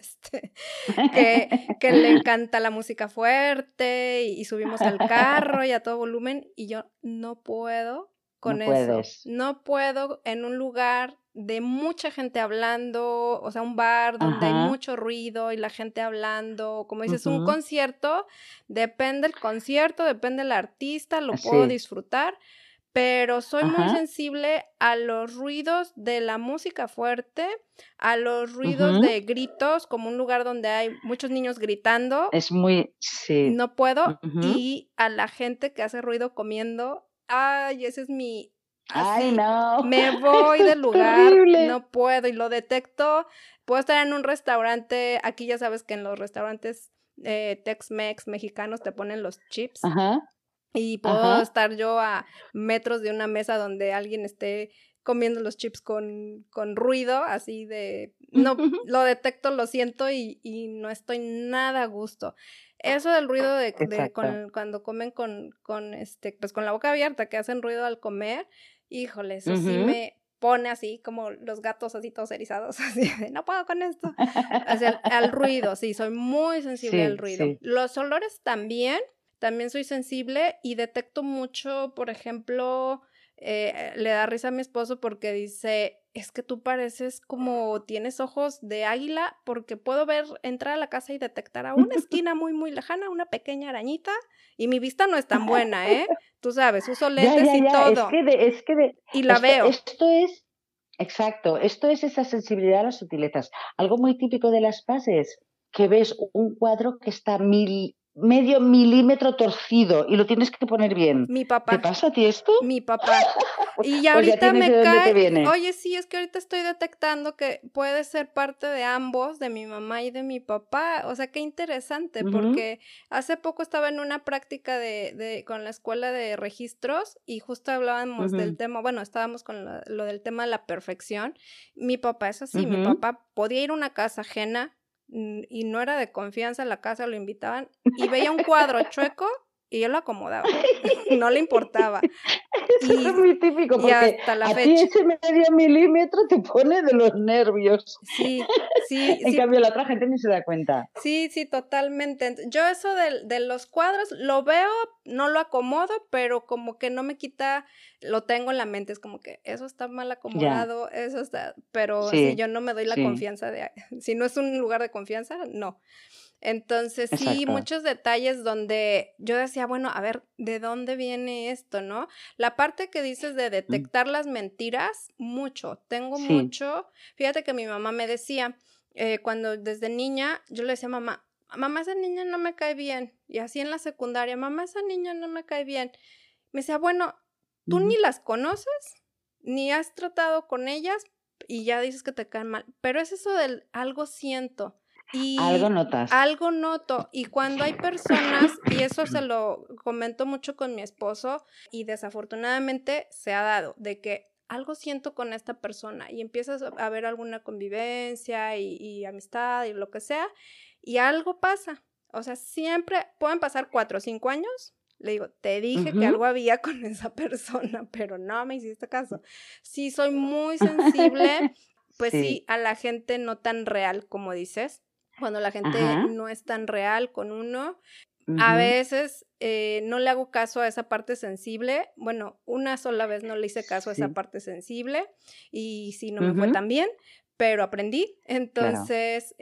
Speaker 1: que le encanta la música fuerte y subimos al carro y a todo volumen y yo no puedo
Speaker 2: No
Speaker 1: con eso.
Speaker 2: puedes.
Speaker 1: No puedo en un lugar de mucha gente hablando, o sea, un bar donde hay
Speaker 2: Ajá.
Speaker 1: mucho ruido y la gente hablando, como dices, un
Speaker 2: Ujú.
Speaker 1: concierto, depende el concierto, depende el artista, lo puedo
Speaker 2: Sí.
Speaker 1: disfrutar, pero soy muy
Speaker 2: Ajá.
Speaker 1: sensible a los ruidos de la música fuerte, a los ruidos
Speaker 2: Ujú.
Speaker 1: de gritos, como un lugar donde hay muchos niños gritando,
Speaker 2: Es muy sí.
Speaker 1: no puedo,
Speaker 2: Ujú.
Speaker 1: y a la gente que hace ruido comiendo, ay, ese es mi
Speaker 2: Ay,
Speaker 1: así,
Speaker 2: no,
Speaker 1: me voy
Speaker 2: eso
Speaker 1: del
Speaker 2: es
Speaker 1: lugar,
Speaker 2: terrible.
Speaker 1: no puedo, y lo detecto. Puedo estar en un restaurante, aquí ya sabes que en los restaurantes, Tex-Mex mexicanos te ponen los chips.
Speaker 2: Ajá,
Speaker 1: Y puedo
Speaker 2: ajá.
Speaker 1: estar yo a metros de una mesa donde alguien esté comiendo los chips con ruido, así de no, lo detecto, lo siento y no estoy nada a gusto. Eso del ruido de
Speaker 2: Exacto.
Speaker 1: con cuando comen pues, con la boca abierta, que hacen ruido al comer, híjole, eso sí
Speaker 2: Ujú.
Speaker 1: me pone así como los gatos así todos erizados, así de: "No puedo con esto". O sea, al ruido, sí, soy muy sensible al
Speaker 2: Sí,
Speaker 1: ruido.
Speaker 2: sí.
Speaker 1: Los olores también soy sensible y detecto mucho, por ejemplo, le da risa a mi esposo porque dice: "Es que tú pareces como tienes ojos de águila", porque puedo ver entrar a la casa y detectar a una esquina muy, muy lejana, una pequeña arañita, y mi vista no es tan buena, ¿eh? Tú sabes, uso
Speaker 2: Ya,
Speaker 1: lentes
Speaker 2: ya,
Speaker 1: y
Speaker 2: ya,
Speaker 1: todo,
Speaker 2: es que de
Speaker 1: y la veo.
Speaker 2: esto es exacto, esto es esa sensibilidad a las sutilezas. Algo muy típico de las PAS es que ves un cuadro que está medio milímetro torcido y lo tienes que poner bien.
Speaker 1: Mi
Speaker 2: ¿Te
Speaker 1: papá.
Speaker 2: pasa a ti esto?
Speaker 1: Mi papá. Y ya
Speaker 2: Pues ya
Speaker 1: ahorita
Speaker 2: tienes de
Speaker 1: me
Speaker 2: dónde te
Speaker 1: cae,
Speaker 2: viene.
Speaker 1: oye, sí, es que ahorita estoy detectando que puede ser parte de ambos, de mi mamá y de mi papá. O sea, qué interesante,
Speaker 2: Ujú,
Speaker 1: porque hace poco estaba en una práctica con la escuela de registros y justo hablábamos del
Speaker 2: ujú,
Speaker 1: tema, bueno, estábamos con lo del tema de la perfección. Mi papá es así, mi
Speaker 2: ujú.
Speaker 1: papá podía ir a una casa ajena, y no era de confianza la casa, lo invitaban y veía un cuadro chueco y él lo acomodaba, no le importaba.
Speaker 2: Eso es
Speaker 1: Y
Speaker 2: muy típico
Speaker 1: y
Speaker 2: porque
Speaker 1: hasta la
Speaker 2: a ti
Speaker 1: fecha.
Speaker 2: ese medio milímetro te pone de los nervios.
Speaker 1: Sí, sí,
Speaker 2: En
Speaker 1: sí,
Speaker 2: cambio, la otra gente ni se da cuenta.
Speaker 1: sí, sí, totalmente. Yo eso de los cuadros lo veo, no lo acomodo, pero como que no me quita lo tengo en la mente, es como que eso está mal
Speaker 2: Ya,
Speaker 1: acomodado, eso está pero sí,
Speaker 2: sí,
Speaker 1: yo no me doy la
Speaker 2: sí,
Speaker 1: confianza de si no es un lugar de confianza, no. Entonces, sí,
Speaker 2: exacto.
Speaker 1: muchos detalles donde yo decía, bueno, a ver, ¿de dónde viene esto, no? La parte que dices de
Speaker 2: Mm,
Speaker 1: detectar las mentiras, mucho, tengo
Speaker 2: sí,
Speaker 1: mucho. Fíjate que mi mamá me decía, cuando desde niña, yo le decía a mamá, mamá, esa niña no me cae bien. Y así en la secundaria, mamá, esa niña no me cae bien. Me decía, bueno, tú
Speaker 2: ujú.
Speaker 1: ni las conoces, ni has tratado con ellas y ya dices que te caen mal, pero es eso del algo siento
Speaker 2: Algo
Speaker 1: y
Speaker 2: notas.
Speaker 1: algo noto. Y cuando hay personas, y eso se lo comento mucho con mi esposo, y desafortunadamente se ha dado, de que algo siento con esta persona y empiezas a ver alguna convivencia y amistad y lo que sea, y algo pasa. O sea, siempre pueden pasar 4 o 5 años. Le digo, te dije que
Speaker 2: Ujú.
Speaker 1: algo había con esa persona, pero no me hiciste caso. Sí, soy muy sensible, pues
Speaker 2: Sí,
Speaker 1: sí, a la gente no tan real como dices, cuando la gente
Speaker 2: ajá,
Speaker 1: no es tan real con uno. A
Speaker 2: ujú,
Speaker 1: veces, no le hago caso a esa parte sensible. Bueno, una sola vez no le hice caso a esa
Speaker 2: sí,
Speaker 1: parte sensible y sí, no me fue
Speaker 2: ujú,
Speaker 1: tan bien, pero aprendí.
Speaker 2: claro.
Speaker 1: Entonces,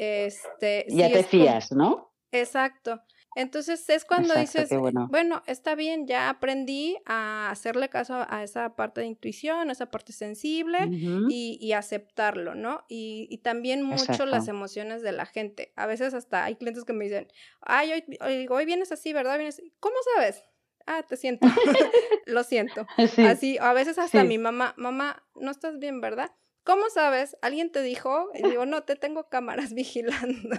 Speaker 2: Ya
Speaker 1: sí
Speaker 2: te
Speaker 1: es como
Speaker 2: fías, ¿no?
Speaker 1: exacto. Entonces, es cuando
Speaker 2: Exacto,
Speaker 1: dices,
Speaker 2: qué bueno.
Speaker 1: bueno, está bien, ya aprendí a hacerle caso a esa parte de intuición, a esa parte sensible
Speaker 2: Ujú,
Speaker 1: y aceptarlo, ¿no? Y también mucho las
Speaker 2: exacto.
Speaker 1: emociones de la gente. A veces hasta hay clientes que me dicen: "Ay, hoy vienes así, ¿verdad? Vienes", ¿cómo sabes? Ah, te siento, lo siento.
Speaker 2: Sí,
Speaker 1: Así, a veces hasta mi
Speaker 2: sí.
Speaker 1: mamá: "Mamá, no estás bien, ¿verdad?". ¿Cómo sabes? ¿Alguien te dijo? Y digo: "No, te tengo cámaras vigilando".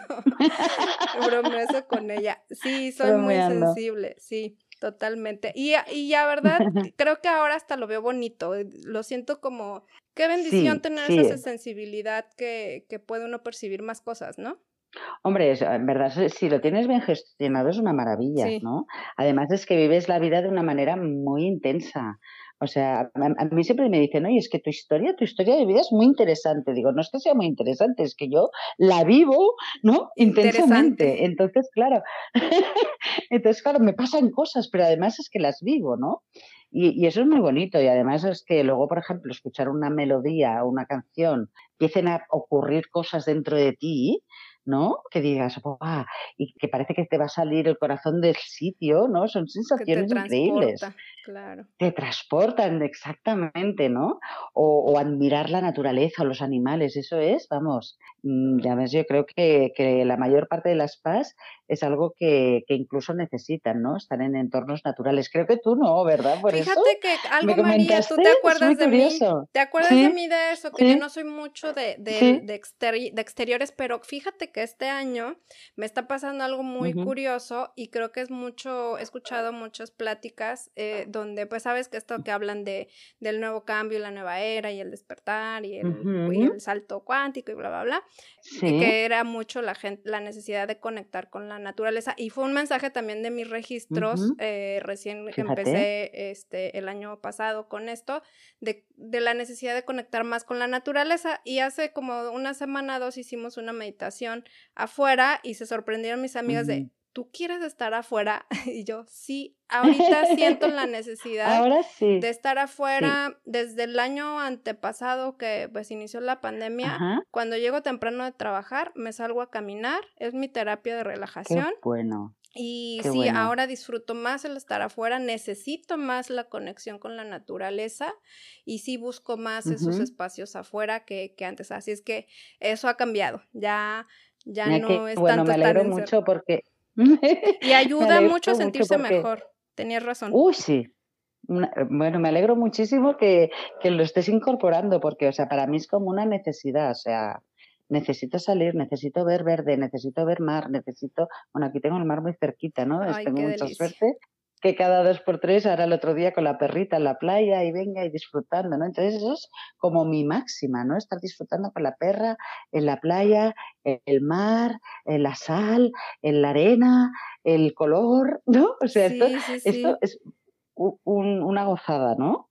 Speaker 1: Bromeo con ella. Sí, soy muy
Speaker 2: Bromeando.
Speaker 1: sensible, sí, totalmente. Y la verdad, creo que ahora hasta lo veo bonito, lo siento como qué bendición
Speaker 2: Sí,
Speaker 1: tener esa
Speaker 2: sí.
Speaker 1: sensibilidad que puede uno percibir más cosas, ¿no?
Speaker 2: Hombre, en verdad, si lo tienes bien gestionado es una maravilla,
Speaker 1: Sí,
Speaker 2: ¿no? Además es que vives la vida de una manera muy intensa. O sea, a mí siempre me dicen: "Oye, es que tu historia de vida es muy interesante". Digo: "No es que sea muy interesante, es que yo la vivo, ¿no?
Speaker 1: interesante.
Speaker 2: Intensamente". Entonces, claro, me pasan cosas, pero además es que las vivo, ¿no? Y eso es muy bonito. Y además es que luego, por ejemplo, escuchar una melodía o una canción, empiecen a ocurrir cosas dentro de ti, ¿no? Que digas, ¡buah! Y que parece que te va a salir el corazón del sitio, ¿no? Son
Speaker 1: Que te
Speaker 2: sensaciones increíbles.
Speaker 1: transporta, claro.
Speaker 2: Te transportan exactamente, ¿no? O admirar la naturaleza o los animales, eso es, vamos, ya ves, yo creo que la mayor parte de las PAS es algo que incluso necesitan, ¿no? Estar en entornos naturales. Creo que tú no, ¿verdad? Por eso
Speaker 1: Fíjate que
Speaker 2: me
Speaker 1: algo, María, ¿tú
Speaker 2: comentaste,
Speaker 1: te
Speaker 2: es
Speaker 1: acuerdas
Speaker 2: muy
Speaker 1: de mí?
Speaker 2: curioso.
Speaker 1: ¿Te acuerdas de
Speaker 2: Sí,
Speaker 1: mí de eso? Que yo
Speaker 2: sí,
Speaker 1: no soy mucho de,
Speaker 2: sí.
Speaker 1: de exteriores, pero fíjate que este año me está pasando algo muy
Speaker 2: Ujú,
Speaker 1: curioso y creo que es mucho, he escuchado muchas pláticas donde pues sabes que esto que hablan del nuevo cambio, la nueva era y el despertar y
Speaker 2: ujú,
Speaker 1: el salto cuántico y bla, bla, bla. Y
Speaker 2: sí,
Speaker 1: que era mucho la necesidad de conectar con la naturaleza. Y fue un mensaje también de mis registros,
Speaker 2: ujú,
Speaker 1: recién
Speaker 2: fíjate.
Speaker 1: empecé el año pasado con esto, de la necesidad de conectar más con la naturaleza. Y hace como una semana, dos, hicimos una meditación afuera y se sorprendieron mis amigas
Speaker 2: Ujú.
Speaker 1: de, ¿tú quieres estar afuera? Y yo, sí, ahorita siento la necesidad
Speaker 2: Ahora
Speaker 1: de
Speaker 2: sí,
Speaker 1: estar
Speaker 2: sí.
Speaker 1: afuera desde el año antepasado que pues inició la pandemia.
Speaker 2: Ajá,
Speaker 1: Cuando llego temprano de trabajar, me salgo a caminar, es mi terapia de
Speaker 2: qué
Speaker 1: relajación.
Speaker 2: bueno,
Speaker 1: Y
Speaker 2: qué
Speaker 1: sí,
Speaker 2: bueno.
Speaker 1: ahora disfruto más el estar afuera, necesito más la conexión con la naturaleza y sí busco más esos
Speaker 2: Ujú.
Speaker 1: espacios afuera que antes. Así es que eso ha cambiado, ya
Speaker 2: Mira qué
Speaker 1: no es
Speaker 2: bueno,
Speaker 1: tanto
Speaker 2: me
Speaker 1: estar
Speaker 2: alegro
Speaker 1: encerrado.
Speaker 2: mucho porque
Speaker 1: Y
Speaker 2: me
Speaker 1: ayuda
Speaker 2: alegro
Speaker 1: mucho a
Speaker 2: mucho
Speaker 1: sentirse
Speaker 2: porque,
Speaker 1: mejor, tenías razón.
Speaker 2: uy, sí. Bueno, me alegro muchísimo que lo estés incorporando porque, o sea, para mí es como una necesidad, o sea, necesito salir, necesito ver verde, necesito ver mar, necesito, bueno, aquí tengo el mar muy cerquita, ¿no?
Speaker 1: Ay,
Speaker 2: Tengo
Speaker 1: qué
Speaker 2: mucha
Speaker 1: delicia.
Speaker 2: suerte que cada 2 por 3, ahora el otro día con la perrita en la playa y venga y disfrutando, ¿no? Entonces eso es como mi máxima, ¿no? Estar disfrutando con la perra en la playa, el mar, la sal, en la arena, el color, ¿no? O sea,
Speaker 1: Sí, sí,
Speaker 2: esto
Speaker 1: sí.
Speaker 2: es una gozada, ¿no?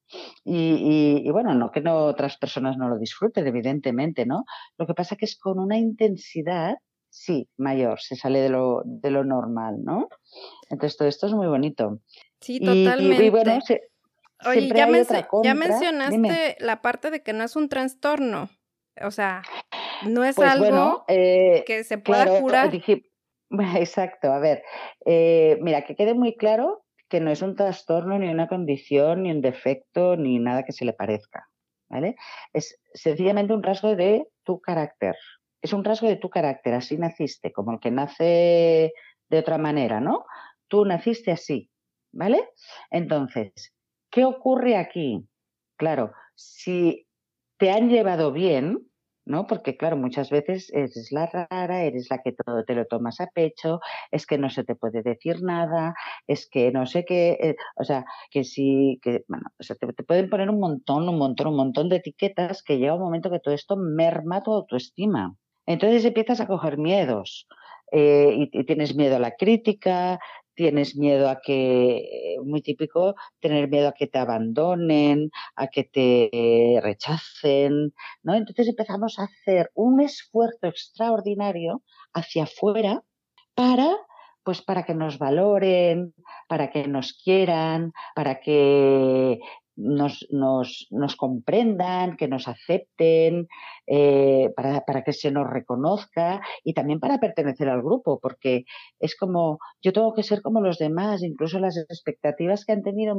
Speaker 2: Y bueno, no que no otras personas no lo disfruten, evidentemente, ¿no? Lo que pasa que es con una intensidad, sí, mayor, se sale de lo normal, ¿no? Entonces todo esto es muy bonito.
Speaker 1: Sí,
Speaker 2: Y bueno,
Speaker 1: totalmente. Oye,
Speaker 2: siempre hay otra
Speaker 1: ya
Speaker 2: contra, dime.
Speaker 1: mencionaste la parte de que no es un trastorno, o sea, no es
Speaker 2: Pues bueno,
Speaker 1: algo que se pueda
Speaker 2: claro,
Speaker 1: curar.
Speaker 2: dije, exacto, a ver, mira, que quede muy claro que no es un trastorno, ni una condición, ni un defecto, ni nada que se le parezca, ¿vale? Es sencillamente un rasgo de tu carácter. Es un rasgo de tu carácter, así naciste, como el que nace de otra manera, ¿no? Tú naciste así, ¿vale? Entonces, ¿qué ocurre aquí? Claro, si te han llevado bien, ¿no? Porque, claro, muchas veces eres la rara, eres la que todo te lo tomas a pecho, es que no se te puede decir nada, es que no sé qué, o sea, que sí, que, bueno, o sea, te pueden poner un montón de etiquetas que llega un momento que todo esto merma tu autoestima. Entonces empiezas a coger miedos y tienes miedo a la crítica, tienes miedo a que, muy típico, tener miedo a que te abandonen, a que te rechacen, ¿no? Entonces empezamos a hacer un esfuerzo extraordinario hacia afuera para, pues para que nos valoren, para que nos quieran, para que nos comprendan, que nos acepten, para que se nos reconozca y también para pertenecer al grupo, porque es como, yo tengo que ser como los demás, incluso las expectativas que han tenido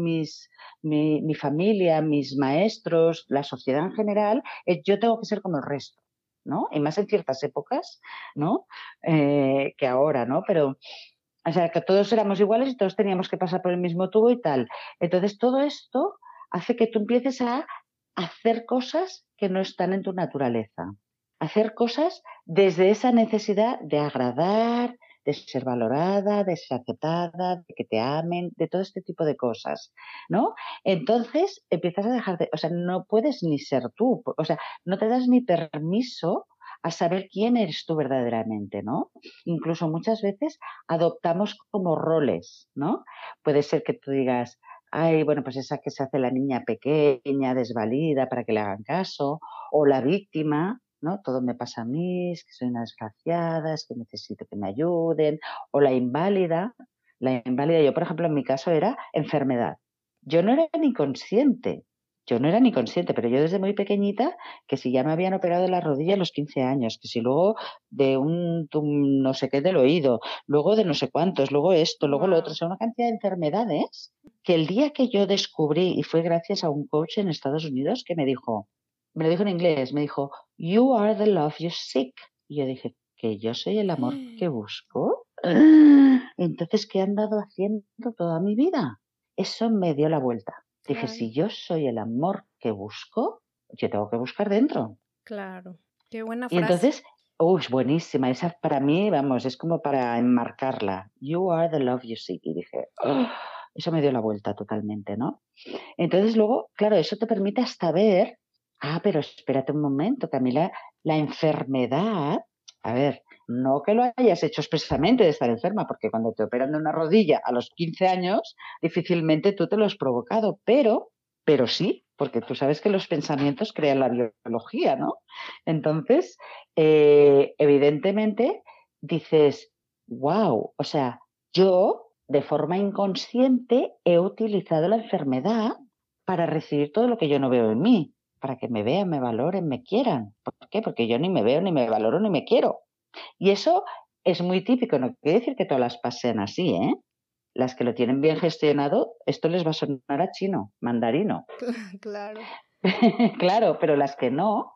Speaker 2: mi familia, mis maestros, la sociedad en general, yo tengo que ser como el resto, ¿no? Y más en ciertas épocas, ¿no? Que ahora, ¿no? Pero, o sea, que todos éramos iguales y todos teníamos que pasar por el mismo tubo y tal. Entonces, todo esto hace que tú empieces a hacer cosas que no están en tu naturaleza. Hacer cosas desde esa necesidad de agradar, de ser valorada, de ser aceptada, de que te amen, de todo este tipo de cosas, ¿no? Entonces empiezas a dejar de, o sea, no puedes ni ser tú, o sea, no te das ni permiso a saber quién eres tú verdaderamente, ¿no? Incluso muchas veces adoptamos como roles, ¿no? Puede ser que tú digas, ay, bueno, pues esa que se hace la niña pequeña, desvalida para que le hagan caso, o la víctima, ¿no? Todo me pasa a mí, es que soy una desgraciada, es que necesito que me ayuden, o la inválida, yo por ejemplo en mi caso era enfermedad. Yo no era ni consciente, yo no era ni consciente, pero yo desde muy pequeñita, que si ya me habían operado de la rodilla a los 15 años, que si luego de no sé qué del oído, luego de no sé cuántos, luego esto, luego lo otro, o
Speaker 1: Wow.
Speaker 2: sea, una cantidad de enfermedades que el día que yo descubrí, y fue gracias a un coach en Estados Unidos que me lo dijo en inglés, me dijo, "You are the love you seek". Y yo dije, ¿que yo soy el amor que busco? Entonces, ¿qué he andado haciendo toda mi vida? Eso me dio la vuelta. Dije,
Speaker 1: Claro,
Speaker 2: si yo soy el amor que busco, yo tengo que buscar dentro.
Speaker 1: claro. Qué buena
Speaker 2: Y
Speaker 1: frase.
Speaker 2: entonces, es buenísima. Esa para mí, vamos, es como para enmarcarla. You are the love you seek. Y dije, eso me dio la vuelta totalmente, ¿no? Entonces luego, claro, eso te permite hasta ver, pero espérate un momento, Camila, la enfermedad, a ver, no que lo hayas hecho expresamente de estar enferma, porque cuando te operan de una rodilla a los 15 años, difícilmente tú te lo has provocado, pero sí, porque tú sabes que los pensamientos crean la biología, ¿no? Entonces, evidentemente, dices, wow, o sea, yo de forma inconsciente he utilizado la enfermedad para recibir todo lo que yo no veo en mí, para que me vean, me valoren, me quieran. ¿Por qué? Porque yo ni me veo, ni me valoro, ni me quiero. Y eso es muy típico, no quiere decir que todas las pasen así, ¿eh? Las que lo tienen bien gestionado, esto les va a sonar a chino, mandarino.
Speaker 1: Claro.
Speaker 2: Claro, pero las que no,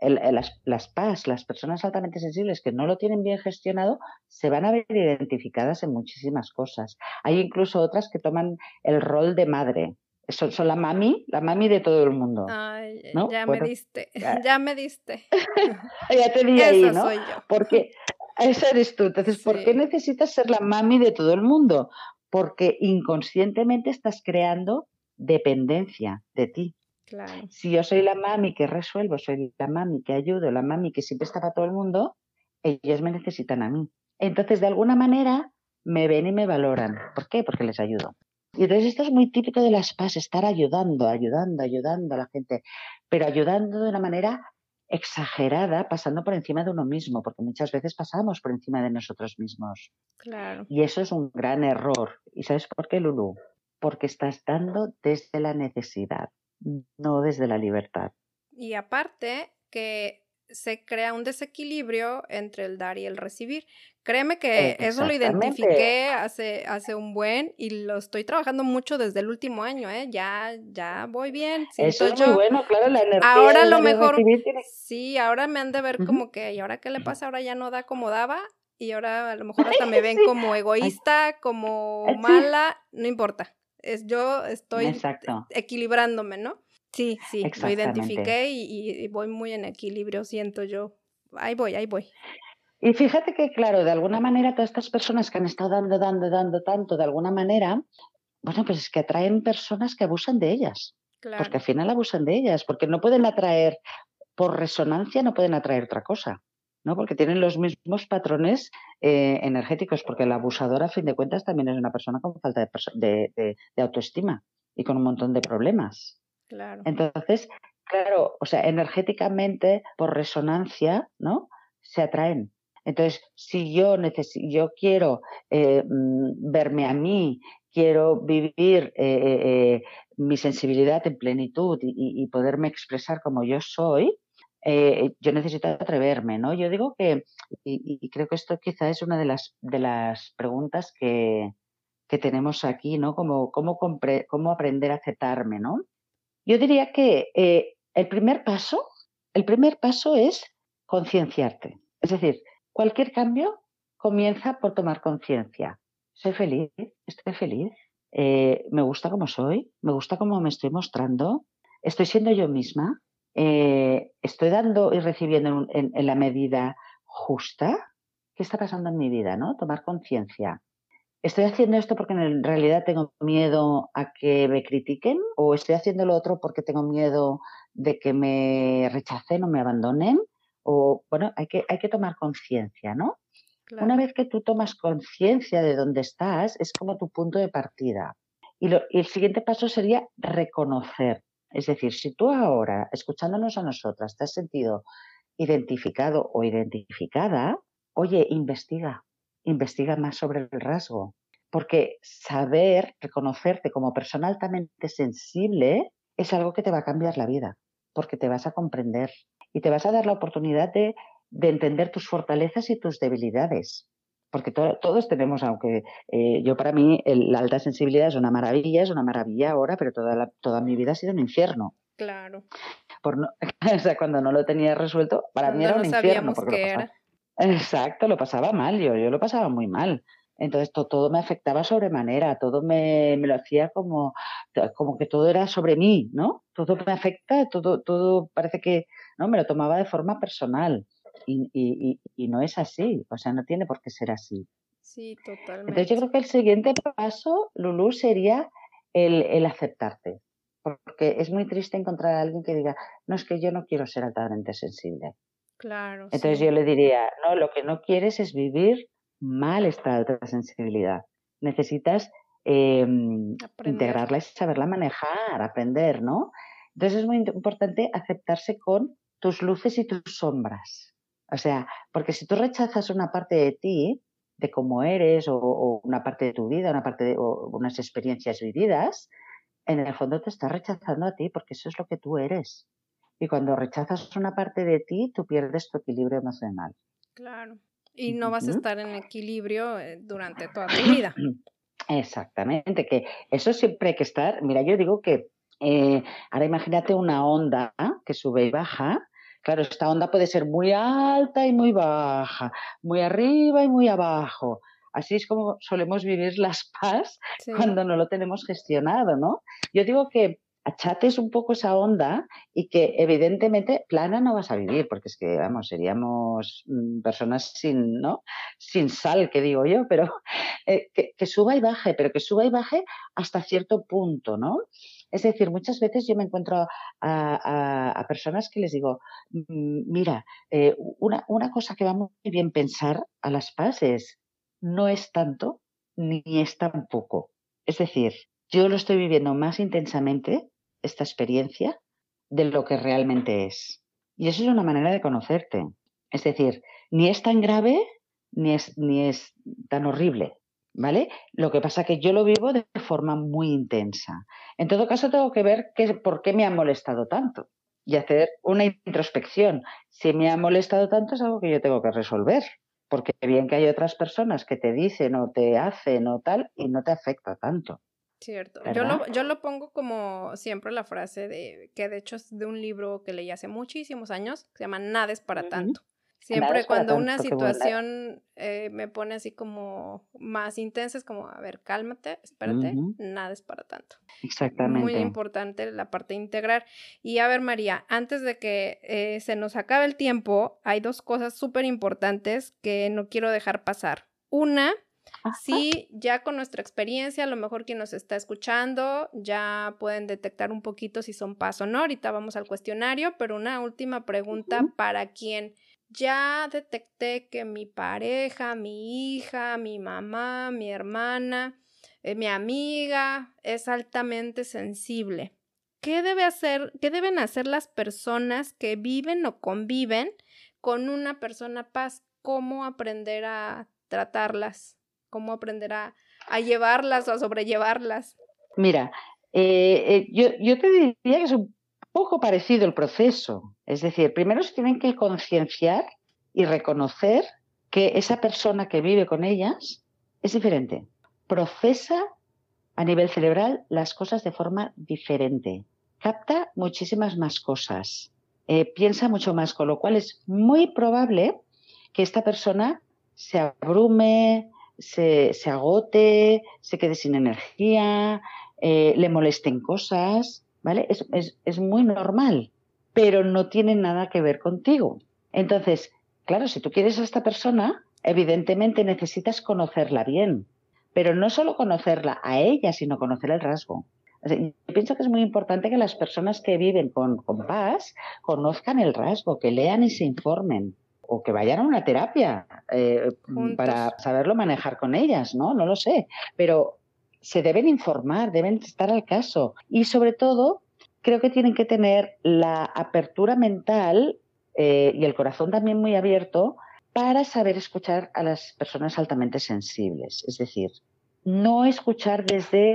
Speaker 2: las PAS, las personas altamente sensibles que no lo tienen bien gestionado, se van a ver identificadas en muchísimas cosas. Hay incluso otras que toman el rol de madre. Son la mami de todo el mundo,
Speaker 1: Ay,
Speaker 2: ¿no?
Speaker 1: ya me
Speaker 2: Bueno,
Speaker 1: diste,
Speaker 2: ya,
Speaker 1: ya me diste.
Speaker 2: ya te di ahí,
Speaker 1: Esa
Speaker 2: ¿no?
Speaker 1: soy yo.
Speaker 2: Porque esa eres tú. Entonces, ¿por qué
Speaker 1: Sí,
Speaker 2: necesitas ser la mami de todo el mundo? Porque inconscientemente estás creando dependencia de ti.
Speaker 1: claro.
Speaker 2: Si yo soy la mami que resuelvo, soy la mami que ayudo, la mami que siempre está para todo el mundo, ellos me necesitan a mí. Entonces, de alguna manera, me ven y me valoran. ¿Por qué? Porque les ayudo. Y entonces esto es muy típico de las PAS, estar ayudando a la gente, pero ayudando de una manera exagerada, pasando por encima de uno mismo, porque muchas veces pasamos por encima de nosotros mismos.
Speaker 1: Claro.
Speaker 2: Y eso es un gran error. ¿Y sabes por qué, Lulu? Porque estás dando desde la necesidad, no desde la libertad.
Speaker 1: Y aparte que se crea un desequilibrio entre el dar y el recibir. Créeme que eso lo
Speaker 2: Exactamente.
Speaker 1: identifiqué hace un buen y lo estoy trabajando mucho desde el último año, ¿eh? Ya voy bien,
Speaker 2: Eso
Speaker 1: siento
Speaker 2: es muy
Speaker 1: yo.
Speaker 2: bueno, claro, la energía
Speaker 1: Ahora a
Speaker 2: de
Speaker 1: lo
Speaker 2: dar y
Speaker 1: mejor
Speaker 2: recibir tiene...
Speaker 1: sí, ahora me han de ver
Speaker 2: Ujú.
Speaker 1: como que, ¿y ahora qué le pasa? Ahora ya no da como daba, y ahora a lo mejor hasta me ven
Speaker 2: Sí,
Speaker 1: como
Speaker 2: ay,
Speaker 1: egoísta, como
Speaker 2: sí,
Speaker 1: mala, no importa. Yo estoy
Speaker 2: exacto,
Speaker 1: equilibrándome, ¿no? Sí, sí, lo
Speaker 2: exactamente.
Speaker 1: identifiqué y voy muy en equilibrio, siento yo. Ahí voy, ahí voy.
Speaker 2: Y fíjate que, claro, de alguna manera, todas estas personas que han estado dando tanto, de alguna manera, bueno, pues es que atraen personas que abusan de ellas, porque
Speaker 1: Claro,
Speaker 2: al final abusan de ellas, porque no pueden atraer por resonancia, no pueden atraer otra cosa, ¿no? Porque tienen los mismos patrones energéticos, porque el abusador, a fin de cuentas, también es una persona con falta de autoestima y con un montón de problemas.
Speaker 1: claro.
Speaker 2: Entonces, claro, o sea, energéticamente, por resonancia, ¿no? Se atraen. Entonces, si yo quiero verme a mí, quiero vivir mi sensibilidad en plenitud y poderme expresar como yo soy, yo necesito atreverme, ¿no? Yo digo que, y creo que esto quizá es una de las preguntas que tenemos aquí, ¿no? Como, cómo aprender a aceptarme, ¿no? Yo diría que el primer paso es concienciarte. Es decir, cualquier cambio comienza por tomar conciencia. Soy feliz, estoy feliz, me gusta como soy, me gusta cómo me estoy mostrando, estoy siendo yo misma, estoy dando y recibiendo en la medida justa. ¿Qué está pasando en mi vida? ¿No? Tomar conciencia. ¿Estoy haciendo esto porque en realidad tengo miedo a que me critiquen? ¿O estoy haciendo lo otro porque tengo miedo de que me rechacen o me abandonen? O, bueno, hay que tomar conciencia, ¿no? Una
Speaker 1: Claro,
Speaker 2: vez que tú tomas conciencia de dónde estás, es como tu punto de partida. Y el siguiente paso sería reconocer. Es decir, si tú ahora, escuchándonos a nosotras, te has sentido identificado o identificada, oye, investiga más sobre el rasgo, porque saber, reconocerte como persona altamente sensible es algo que te va a cambiar la vida, porque te vas a comprender y te vas a dar la oportunidad de entender tus fortalezas y tus debilidades. Porque todos tenemos, aunque yo para mí la alta sensibilidad es una maravilla ahora, pero toda mi vida ha sido un infierno.
Speaker 1: Claro.
Speaker 2: O sea, cuando no lo tenía resuelto, para mí
Speaker 1: Cuando
Speaker 2: era
Speaker 1: no
Speaker 2: un infierno,
Speaker 1: sabíamos
Speaker 2: porque lo
Speaker 1: qué
Speaker 2: pasaba.
Speaker 1: era.
Speaker 2: Exacto, lo pasaba mal, yo lo pasaba muy mal. Entonces todo me afectaba sobremanera, todo me lo hacía como que todo era sobre mí, ¿no? Todo me afecta, todo parece que, ¿no? Me lo tomaba de forma personal y no es así, o sea, no tiene por qué ser así.
Speaker 1: Sí,
Speaker 2: Entonces yo
Speaker 1: totalmente.
Speaker 2: creo que el siguiente paso, Lulú, sería el aceptarte, porque es muy triste encontrar a alguien que diga, no, es que yo no quiero ser altamente sensible.
Speaker 1: Claro,
Speaker 2: Entonces
Speaker 1: sí.
Speaker 2: yo le diría, no, lo que no quieres es vivir mal esta alta sensibilidad. Necesitas eh,
Speaker 1: Aprender.
Speaker 2: integrarla y saberla manejar, aprender, ¿no? Entonces es muy importante aceptarse con tus luces y tus sombras. O sea, porque si tú rechazas una parte de ti, de cómo eres, o una parte de tu vida, o unas experiencias vividas, en el fondo te estás rechazando a ti porque eso es lo que tú eres. Y cuando rechazas una parte de ti, tú pierdes tu equilibrio emocional.
Speaker 1: Claro. Y no vas a
Speaker 2: Ujú.
Speaker 1: estar en equilibrio durante toda tu vida.
Speaker 2: Exactamente, que eso siempre hay que estar. Mira, yo digo que ahora imagínate una onda que sube y baja. Claro, esta onda puede ser muy alta y muy baja, muy arriba y muy abajo. Así es como solemos vivir las paz
Speaker 1: Sí,
Speaker 2: cuando no lo tenemos gestionado, ¿no? Yo digo que achates un poco esa onda y que evidentemente plana no vas a vivir, porque es que, vamos, seríamos personas sin, ¿no? Sin sal, que digo yo, pero que suba y baje, pero que suba y baje hasta cierto punto, ¿no? Es decir, muchas veces yo me encuentro a personas que les digo, mira, una cosa que va muy bien pensar a las PAS es, no es tanto ni es tan poco. Es decir, yo lo estoy viviendo más intensamente, esta experiencia, de lo que realmente es. Y eso es una manera de conocerte. Es decir, ni es tan grave ni es tan horrible, ¿vale? Lo que pasa es que yo lo vivo de forma muy intensa. En todo caso, tengo que ver por qué me ha molestado tanto y hacer una introspección. Si me ha molestado tanto es algo que yo tengo que resolver, porque bien que hay otras personas que te dicen o te hacen o tal y no te afecta tanto,
Speaker 1: cierto.
Speaker 2: ¿verdad?
Speaker 1: Yo lo pongo como siempre la frase de que de hecho es de un libro que leí hace muchísimos años, que se llama Nada es para
Speaker 2: Ujú.
Speaker 1: tanto.
Speaker 2: Nada
Speaker 1: Siempre
Speaker 2: es para
Speaker 1: cuando una
Speaker 2: tanto, qué buena.
Speaker 1: situación me pone así como más intensa, es como, a ver, cálmate, espérate,
Speaker 2: Ujú.
Speaker 1: nada es para tanto. Muy
Speaker 2: Exactamente.
Speaker 1: importante la parte de integrar. Y a ver, María, antes de que se nos acabe el tiempo, hay dos cosas súper importantes que no quiero dejar pasar. Una,
Speaker 2: Ajá.
Speaker 1: sí, ya con nuestra experiencia, a lo mejor quien nos está escuchando ya pueden detectar un poquito si son PAS o no. Ahorita vamos al cuestionario, pero una última pregunta
Speaker 2: Ujú.
Speaker 1: para quien ya detecté que mi pareja, mi hija, mi mamá, mi hermana, mi amiga es altamente sensible. Qué deben hacer las personas que viven o conviven con una persona paz? ¿Cómo aprender a tratarlas? ¿Cómo aprender a llevarlas o a sobrellevarlas?
Speaker 2: Mira, yo te diría que es un poco parecido el proceso. Es decir, primero se tienen que concienciar y reconocer que esa persona que vive con ellas es diferente. Procesa a nivel cerebral las cosas de forma diferente. Capta muchísimas más cosas. Piensa mucho más, con lo cual es muy probable que esta persona se abrume, se agote, se quede sin energía, le molesten cosas, ¿vale? Es muy normal, pero no tiene nada que ver contigo. Entonces, claro, si tú quieres a esta persona, evidentemente necesitas conocerla bien, pero no solo conocerla a ella, sino conocer el rasgo. O sea, yo pienso que es muy importante que las personas que viven con paz conozcan el rasgo, que lean y se informen, o que vayan a una terapia para
Speaker 1: Juntos.
Speaker 2: saberlo manejar con ellas, ¿no? No lo sé, pero se deben informar, deben estar al caso y sobre todo creo que tienen que tener la apertura mental y el corazón también muy abierto para saber escuchar a las personas altamente sensibles. Es decir, no escuchar desde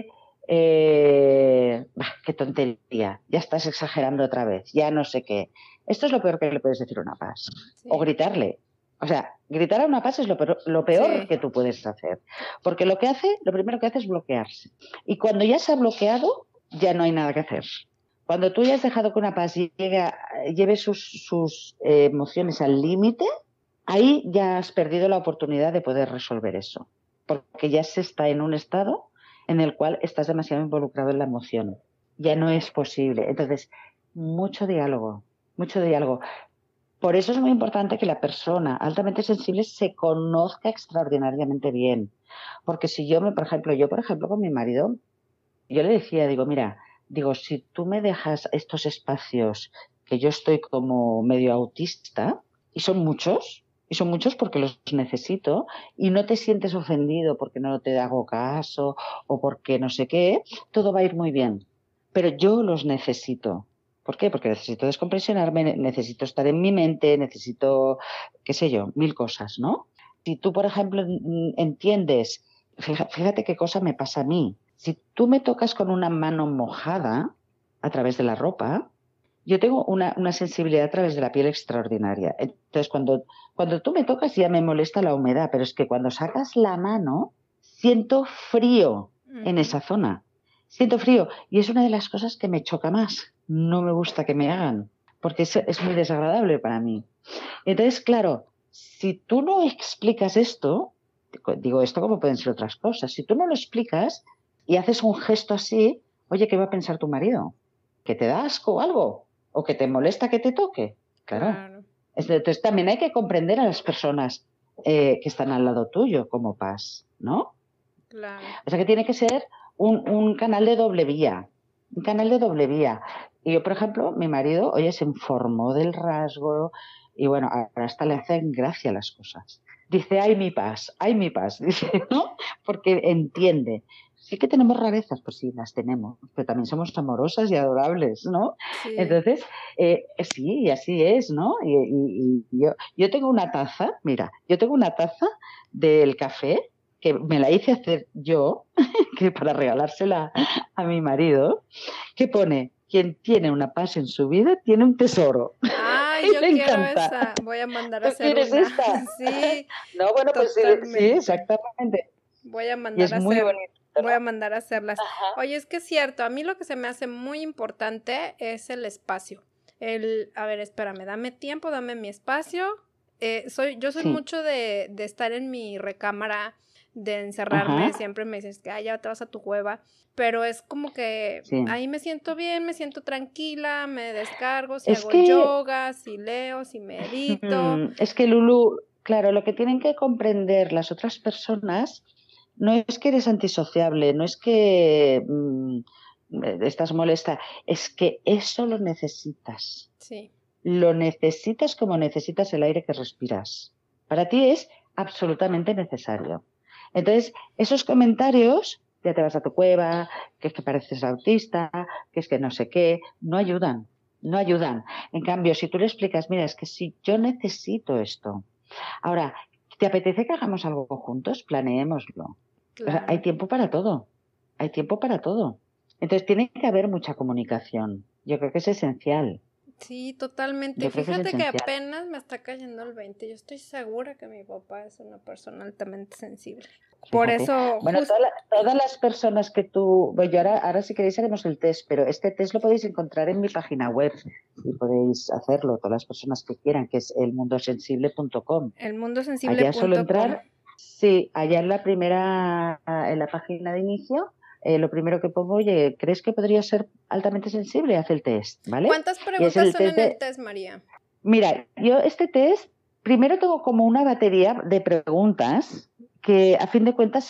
Speaker 2: qué tontería, ya estás exagerando otra vez, ya no sé qué. Esto es lo peor que le puedes decir a una paz. O
Speaker 1: Sí,
Speaker 2: gritarle. O sea, gritar a una paz es lo peor
Speaker 1: sí,
Speaker 2: que tú puedes hacer. Porque lo primero que hace es bloquearse. Y cuando ya se ha bloqueado, ya no hay nada que hacer. Cuando tú ya has dejado que una paz lleve sus emociones al límite, ahí ya has perdido la oportunidad de poder resolver eso. Porque ya se está en un estado en el cual estás demasiado involucrado en la emoción. Ya no es posible. Entonces, mucho diálogo, mucho diálogo. Por eso es muy importante que la persona altamente sensible se conozca extraordinariamente bien. Porque si por ejemplo, con mi marido, yo le decía, digo, mira, digo, si tú me dejas estos espacios que yo estoy como medio autista, y son muchos porque los necesito, y no te sientes ofendido porque no te hago caso o porque no sé qué, todo va a ir muy bien. Pero yo los necesito. ¿Por qué? Porque necesito descompresionarme, necesito estar en mi mente, necesito, qué sé yo, mil cosas, ¿no? Si tú, por ejemplo, entiendes, fíjate qué cosa me pasa a mí. Si tú me tocas con una mano mojada a través de la ropa, yo tengo una sensibilidad a través de la piel extraordinaria. Entonces, cuando tú me tocas ya me molesta la humedad, pero es que cuando sacas la mano, siento frío en
Speaker 1: ujú,
Speaker 2: esa zona. Siento frío y es una de las cosas que me choca más. No me gusta que me hagan, porque es muy desagradable para mí. Entonces, claro, si tú no explicas esto, digo esto como pueden ser otras cosas, si tú no lo explicas y haces un gesto así, oye, ¿qué va a pensar tu marido? ¿Que te da asco o algo? ¿O que te molesta que te toque? Claro.
Speaker 1: claro,
Speaker 2: Entonces también hay que comprender a las personas que están al lado tuyo como paz, ¿no?
Speaker 1: claro.
Speaker 2: O sea que tiene que ser un canal de doble vía, un canal de doble vía. Y yo, por ejemplo, mi marido, oye, se informó del rasgo y bueno, ahora hasta le hacen gracia las cosas. Dice, ay, mi paz, dice, ¿no? Porque entiende. Sí que tenemos rarezas, pues sí, las tenemos, pero también somos amorosas y adorables, ¿no?
Speaker 1: Sí.
Speaker 2: Entonces, sí, y así es, ¿no? Y yo tengo una taza, mira, yo tengo una taza del café que me la hice hacer yo, que para regalársela a mi marido, que pone, quien tiene una paz en su vida tiene un tesoro.
Speaker 1: Ay,
Speaker 2: Y
Speaker 1: yo
Speaker 2: le
Speaker 1: quiero
Speaker 2: encanta.
Speaker 1: esa. Voy a mandar a
Speaker 2: ¿Tú
Speaker 1: hacer
Speaker 2: quieres
Speaker 1: una.
Speaker 2: esta?
Speaker 1: Sí,
Speaker 2: No, bueno, pues sí, sí,
Speaker 1: totalmente.
Speaker 2: exactamente.
Speaker 1: Voy a
Speaker 2: Y
Speaker 1: mandar
Speaker 2: es
Speaker 1: a
Speaker 2: muy
Speaker 1: hacer,
Speaker 2: bonito,
Speaker 1: voy a
Speaker 2: ¿no?
Speaker 1: mandar a hacerlas.
Speaker 2: Ajá,
Speaker 1: Oye, es que es cierto, a mí lo que se me hace muy importante es el espacio. A ver, espérame, dame tiempo, dame mi espacio. Yo soy
Speaker 2: sí,
Speaker 1: mucho de estar en mi recámara, de encerrarme.
Speaker 2: ajá,
Speaker 1: Siempre me dices que ya te vas a tu cueva. Pero es como que
Speaker 2: sí.
Speaker 1: ahí me siento bien, me siento tranquila, me descargo, si
Speaker 2: Es
Speaker 1: hago
Speaker 2: que,
Speaker 1: yoga, si leo, si medito.
Speaker 2: es que Lulu, claro, lo que tienen que comprender las otras personas no es que eres antisociable, no es que estás molesta, es que eso lo necesitas.
Speaker 1: Sí,
Speaker 2: Lo necesitas como necesitas el aire que respiras. Para ti es absolutamente necesario. Entonces, esos comentarios, ya te vas a tu cueva, que es que pareces autista, que es que no sé qué, no ayudan, no ayudan. En cambio, si tú le explicas, mira, es que si yo necesito esto. Ahora, ¿te apetece que hagamos algo juntos? Planeémoslo. O sea, hay
Speaker 1: claro.
Speaker 2: tiempo para todo. Hay tiempo para todo. Entonces, tiene que haber mucha comunicación. Yo creo que es esencial.
Speaker 1: Sí, totalmente. Y
Speaker 2: Yo creo que es
Speaker 1: fíjate que
Speaker 2: esencial.
Speaker 1: apenas me está cayendo el 20. Yo estoy segura que mi papá es una persona altamente sensible. Por
Speaker 2: Fíjate.
Speaker 1: eso,
Speaker 2: Bueno, todas las personas que tú. Bueno, yo ahora si queréis haremos el test, pero este test lo podéis encontrar en mi página web y podéis hacerlo, todas las personas que quieran, que es elmundosensible.com. Allá solo
Speaker 1: elmundosensible.com.
Speaker 2: entrar, sí, allá en la página de inicio, lo primero que pongo, oye, ¿crees que podría ser altamente sensible? Haz el test, ¿vale?
Speaker 1: ¿Cuántas
Speaker 2: Y es
Speaker 1: preguntas
Speaker 2: el
Speaker 1: son
Speaker 2: test
Speaker 1: en el
Speaker 2: de.
Speaker 1: test, María?
Speaker 2: Mira, yo este test, primero tengo como una batería de preguntas que a fin de cuentas,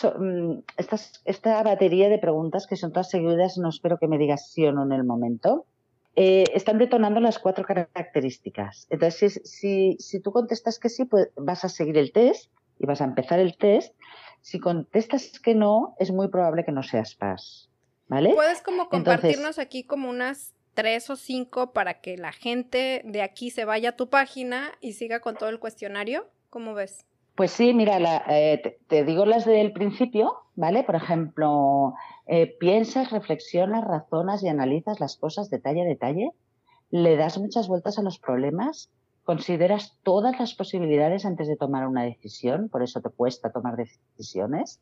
Speaker 2: esta batería de preguntas que son todas seguidas, no espero que me digas sí o no en el momento, están detonando las 4 características. Entonces, si tú contestas que sí, pues vas a seguir el test y vas a empezar el test. Si contestas que no, es muy probable que no seas paz, ¿vale?
Speaker 1: ¿Puedes como
Speaker 2: Entonces,
Speaker 1: compartirnos aquí como unas 3 o 5 para que la gente de aquí se vaya a tu página y siga con todo el cuestionario? ¿Cómo ves?
Speaker 2: Pues sí, mira, te digo las del principio, ¿vale? Por ejemplo, piensas, reflexionas, razonas y analizas las cosas detalle a detalle, le das muchas vueltas a los problemas, consideras todas las posibilidades antes de tomar una decisión, por eso te cuesta tomar decisiones,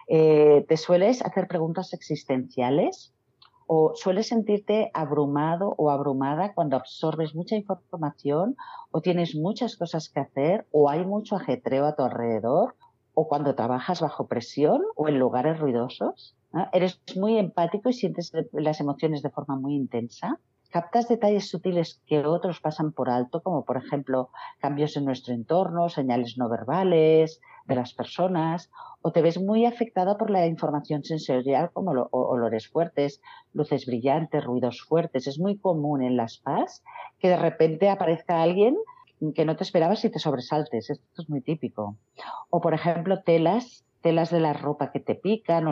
Speaker 2: te sueles hacer preguntas existenciales o sueles sentirte abrumado o abrumada cuando absorbes mucha información o tienes muchas cosas que hacer o hay mucho ajetreo a tu alrededor o cuando trabajas bajo presión o en lugares ruidosos, ¿no? Eres muy empático y sientes las emociones de forma muy intensa. Captas detalles sutiles que otros pasan por alto, como por ejemplo cambios en nuestro entorno, señales no verbales de las personas, o te ves muy afectada por la información sensorial como olores fuertes, luces brillantes, ruidos fuertes. Es muy común en las PAS que de repente aparezca alguien que no te esperabas y te sobresaltes. Esto es muy típico. O, por ejemplo, telas de la ropa que te pican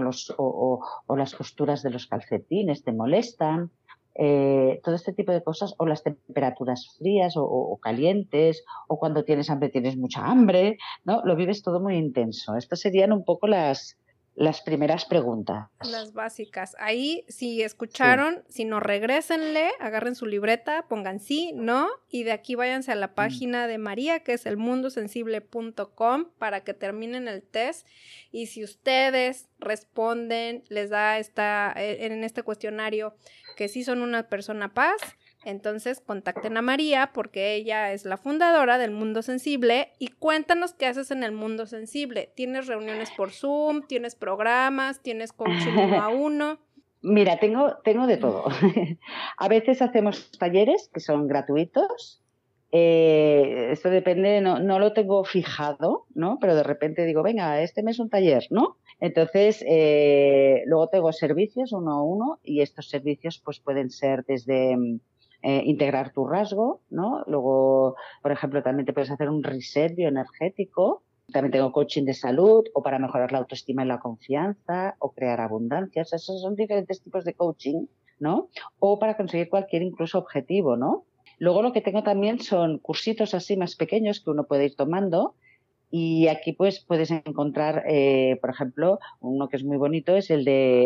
Speaker 2: o las costuras de los calcetines te molestan. Todo este tipo de cosas, o las temperaturas frías o calientes, o cuando tienes hambre tienes mucha hambre, ¿no? Lo vives todo muy intenso. Estas serían un poco las primeras preguntas.
Speaker 1: Las básicas. Ahí, si
Speaker 2: Sí.
Speaker 1: escucharon, si no, regrésenle, agarren su libreta, pongan sí, no, y de aquí váyanse a la página de María, que es elmundosensible.com, para que terminen el test. Y si ustedes responden, les da en este cuestionario que sí son una persona paz, entonces contacten a María porque ella es la fundadora del Mundo Sensible y cuéntanos qué haces en el Mundo Sensible. ¿Tienes reuniones por Zoom? ¿Tienes programas? ¿Tienes coaching 1 a 1?
Speaker 2: Mira, tengo de todo. A veces hacemos talleres que son gratuitos. Esto depende, no lo tengo fijado, ¿no? Pero de repente digo, venga, este mes un taller, ¿no? Entonces, luego tengo servicios 1 a 1 y estos servicios pues pueden ser desde integrar tu rasgo, ¿no? Luego, por ejemplo, también te puedes hacer un reset bioenergético. También tengo coaching de salud o para mejorar la autoestima y la confianza o crear abundancias. Esos son diferentes tipos de coaching, ¿no? O para conseguir cualquier incluso objetivo, ¿no? Luego lo que tengo también son cursitos así más pequeños que uno puede ir tomando y aquí pues puedes encontrar, por ejemplo, uno que es muy bonito es el de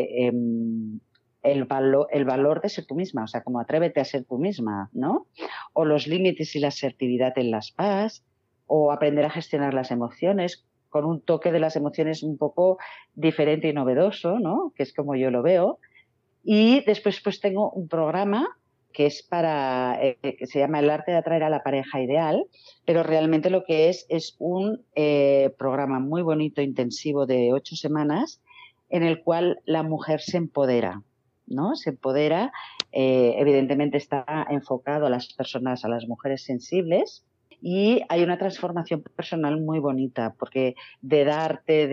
Speaker 2: el valor de ser tú misma, o sea, como atrévete a ser tú misma, ¿no? O los límites y la asertividad en las PAS, o aprender a gestionar las emociones con un toque de las emociones un poco diferente y novedoso, ¿no? Que es como yo lo veo. Y después pues tengo un programa que es que se llama El arte de atraer a la pareja ideal, pero realmente lo que es un programa muy bonito, intensivo de 8 semanas, en el cual la mujer se empodera, ¿no? Se empodera, evidentemente está enfocado a las personas, a las mujeres sensibles, y hay una transformación personal muy bonita, porque de darte,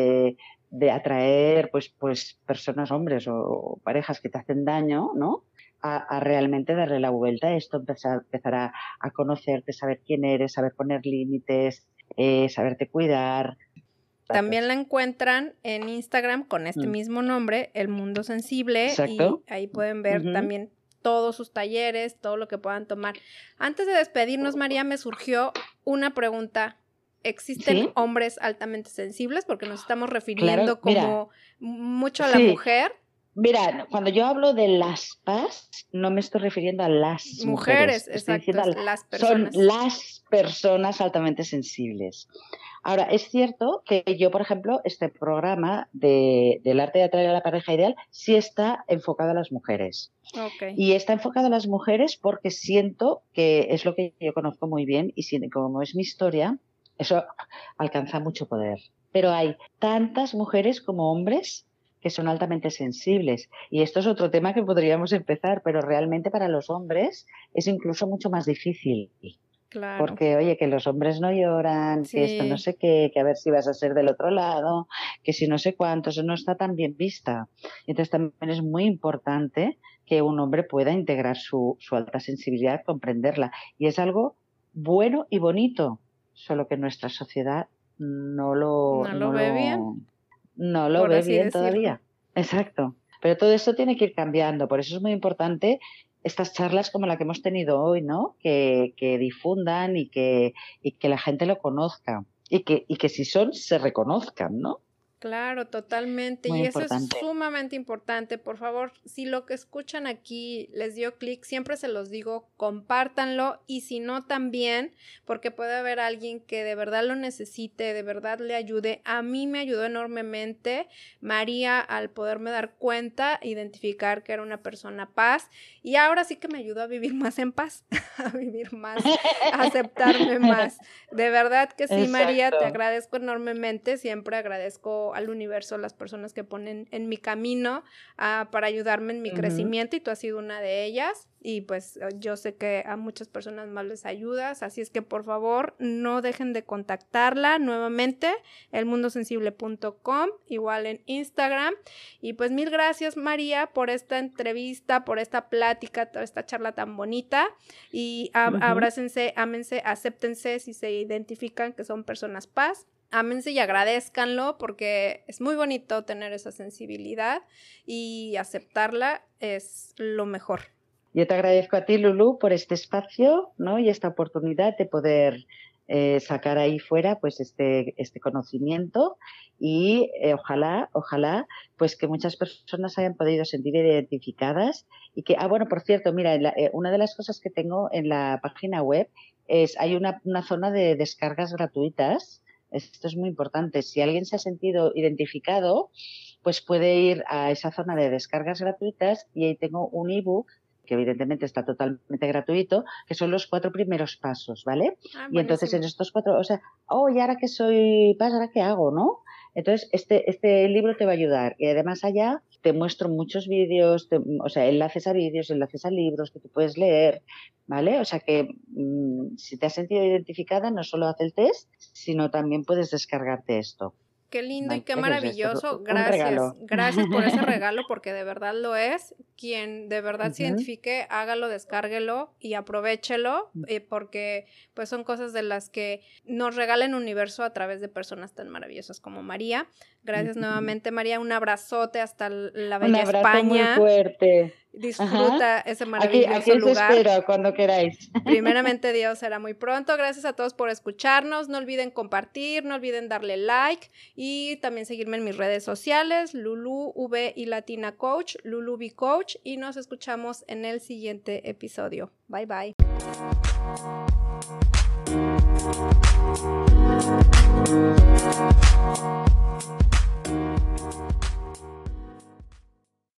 Speaker 2: de atraer pues personas, hombres o parejas que te hacen daño, ¿no? A realmente darle la vuelta a esto, empezar a conocerte, saber quién eres, saber poner límites, saberte cuidar.
Speaker 1: También la encuentran en Instagram con este mismo nombre, El Mundo Sensible, y
Speaker 2: Exacto.
Speaker 1: ahí pueden ver también todos sus talleres, todo lo que puedan tomar. Antes de despedirnos, María, me surgió una pregunta. ¿Existen
Speaker 2: Sí,
Speaker 1: hombres altamente sensibles? Porque nos estamos
Speaker 2: claro.
Speaker 1: refiriendo
Speaker 2: Mira,
Speaker 1: como mucho a la
Speaker 2: sí.
Speaker 1: mujer.
Speaker 2: Mira, cuando yo hablo de las PAS, no me estoy refiriendo a las
Speaker 1: Mujeres,
Speaker 2: mujeres, estoy
Speaker 1: exacto,
Speaker 2: diciendo
Speaker 1: las
Speaker 2: son
Speaker 1: personas.
Speaker 2: las personas altamente sensibles. Ahora, es cierto que yo, por ejemplo, este programa del arte de atraer a la pareja ideal sí está enfocado a las mujeres.
Speaker 1: Ok.
Speaker 2: Y está enfocado a las mujeres porque siento que es lo que yo conozco muy bien y como es mi historia, eso alcanza mucho poder. Pero hay tantas mujeres como hombres que son altamente sensibles. Y esto es otro tema que podríamos empezar, pero realmente para los hombres es incluso mucho más difícil.
Speaker 1: Claro.
Speaker 2: Porque, oye, que los hombres no lloran, que esto no
Speaker 1: Sí.
Speaker 2: sé qué, que a ver si vas a ser del otro lado, que si no sé cuánto, eso no está tan bien vista. Entonces también es muy importante que un hombre pueda integrar su alta sensibilidad, comprenderla. Y es algo bueno y bonito, solo que nuestra sociedad no lo,
Speaker 1: ¿No lo
Speaker 2: no
Speaker 1: ve bien?
Speaker 2: lo, no lo
Speaker 1: Por
Speaker 2: ve
Speaker 1: así
Speaker 2: bien
Speaker 1: decirlo.
Speaker 2: todavía. Exacto. Pero todo esto tiene que ir cambiando. Por eso es muy importante estas charlas como la que hemos tenido hoy, ¿no? Que difundan y que la gente lo conozca. y que si son, se reconozcan, ¿no?
Speaker 1: Claro, totalmente.
Speaker 2: Muy
Speaker 1: Y eso es
Speaker 2: importante.
Speaker 1: sumamente importante. Por favor, si lo que escuchan aquí les dio clic, siempre se los digo, compártanlo y si no también, porque puede haber alguien que de verdad lo necesite, de verdad le ayude. A mí me ayudó enormemente María al poderme dar cuenta, identificar que era una persona paz y ahora sí que me ayudó a vivir más en paz, a vivir más, a aceptarme más. De verdad que sí, María, te
Speaker 2: Exacto.
Speaker 1: agradezco enormemente. Siempre agradezco al universo las personas que ponen en mi camino para ayudarme en mi crecimiento y tú has sido una de ellas y pues yo sé que a muchas personas más les ayudas, así es que por favor no dejen de contactarla nuevamente, elmundosensible.com, igual en Instagram y pues mil gracias María por esta entrevista, por esta plática, toda esta charla tan bonita y abrácense, ámense, acéptense si se identifican que son personas paz. Ámense y agradézcanlo porque es muy bonito tener esa sensibilidad y aceptarla es lo mejor.
Speaker 2: Yo te agradezco a ti, Lulú, por este espacio, ¿no? Y esta oportunidad de poder sacar ahí fuera pues este conocimiento y ojalá, pues que muchas personas hayan podido sentir identificadas y que, bueno, por cierto, mira, una de las cosas que tengo en la página web hay una zona de descargas gratuitas. Esto es muy importante. Si alguien se ha sentido identificado, pues puede ir a esa zona de descargas gratuitas y ahí tengo un ebook que evidentemente está totalmente gratuito, que son los 4 primeros pasos, ¿vale? Y entonces en estos 4, o sea, y ahora que soy paz, ¿ahora qué hago, no? Entonces este libro te va a ayudar y además allá te muestro muchos vídeos, o sea, enlaces a vídeos, enlaces a libros que tú puedes leer, ¿vale? O sea que si te has sentido identificada, no solo haz el test, sino también puedes descargarte esto.
Speaker 1: Qué lindo y qué
Speaker 2: Pues
Speaker 1: maravilloso.
Speaker 2: un regalo.
Speaker 1: Gracias por ese regalo porque de verdad lo es. Quien de verdad se identifique, hágalo, descárguelo y aprovéchelo porque pues son cosas de las que nos regala el universo a través de personas tan maravillosas como María. Gracias nuevamente, María. Un abrazote hasta la bella
Speaker 2: España. Un abrazo muy
Speaker 1: fuerte. Disfruta ese maravilloso
Speaker 2: aquí
Speaker 1: lugar.
Speaker 2: Aquí os espero cuando queráis.
Speaker 1: Primeramente Dios, será muy pronto. Gracias a todos por escucharnos. No olviden compartir, no olviden darle like y también seguirme en mis redes sociales, Lulu V y Latina Coach, Lulu V Coach y nos escuchamos en el siguiente episodio. Bye bye.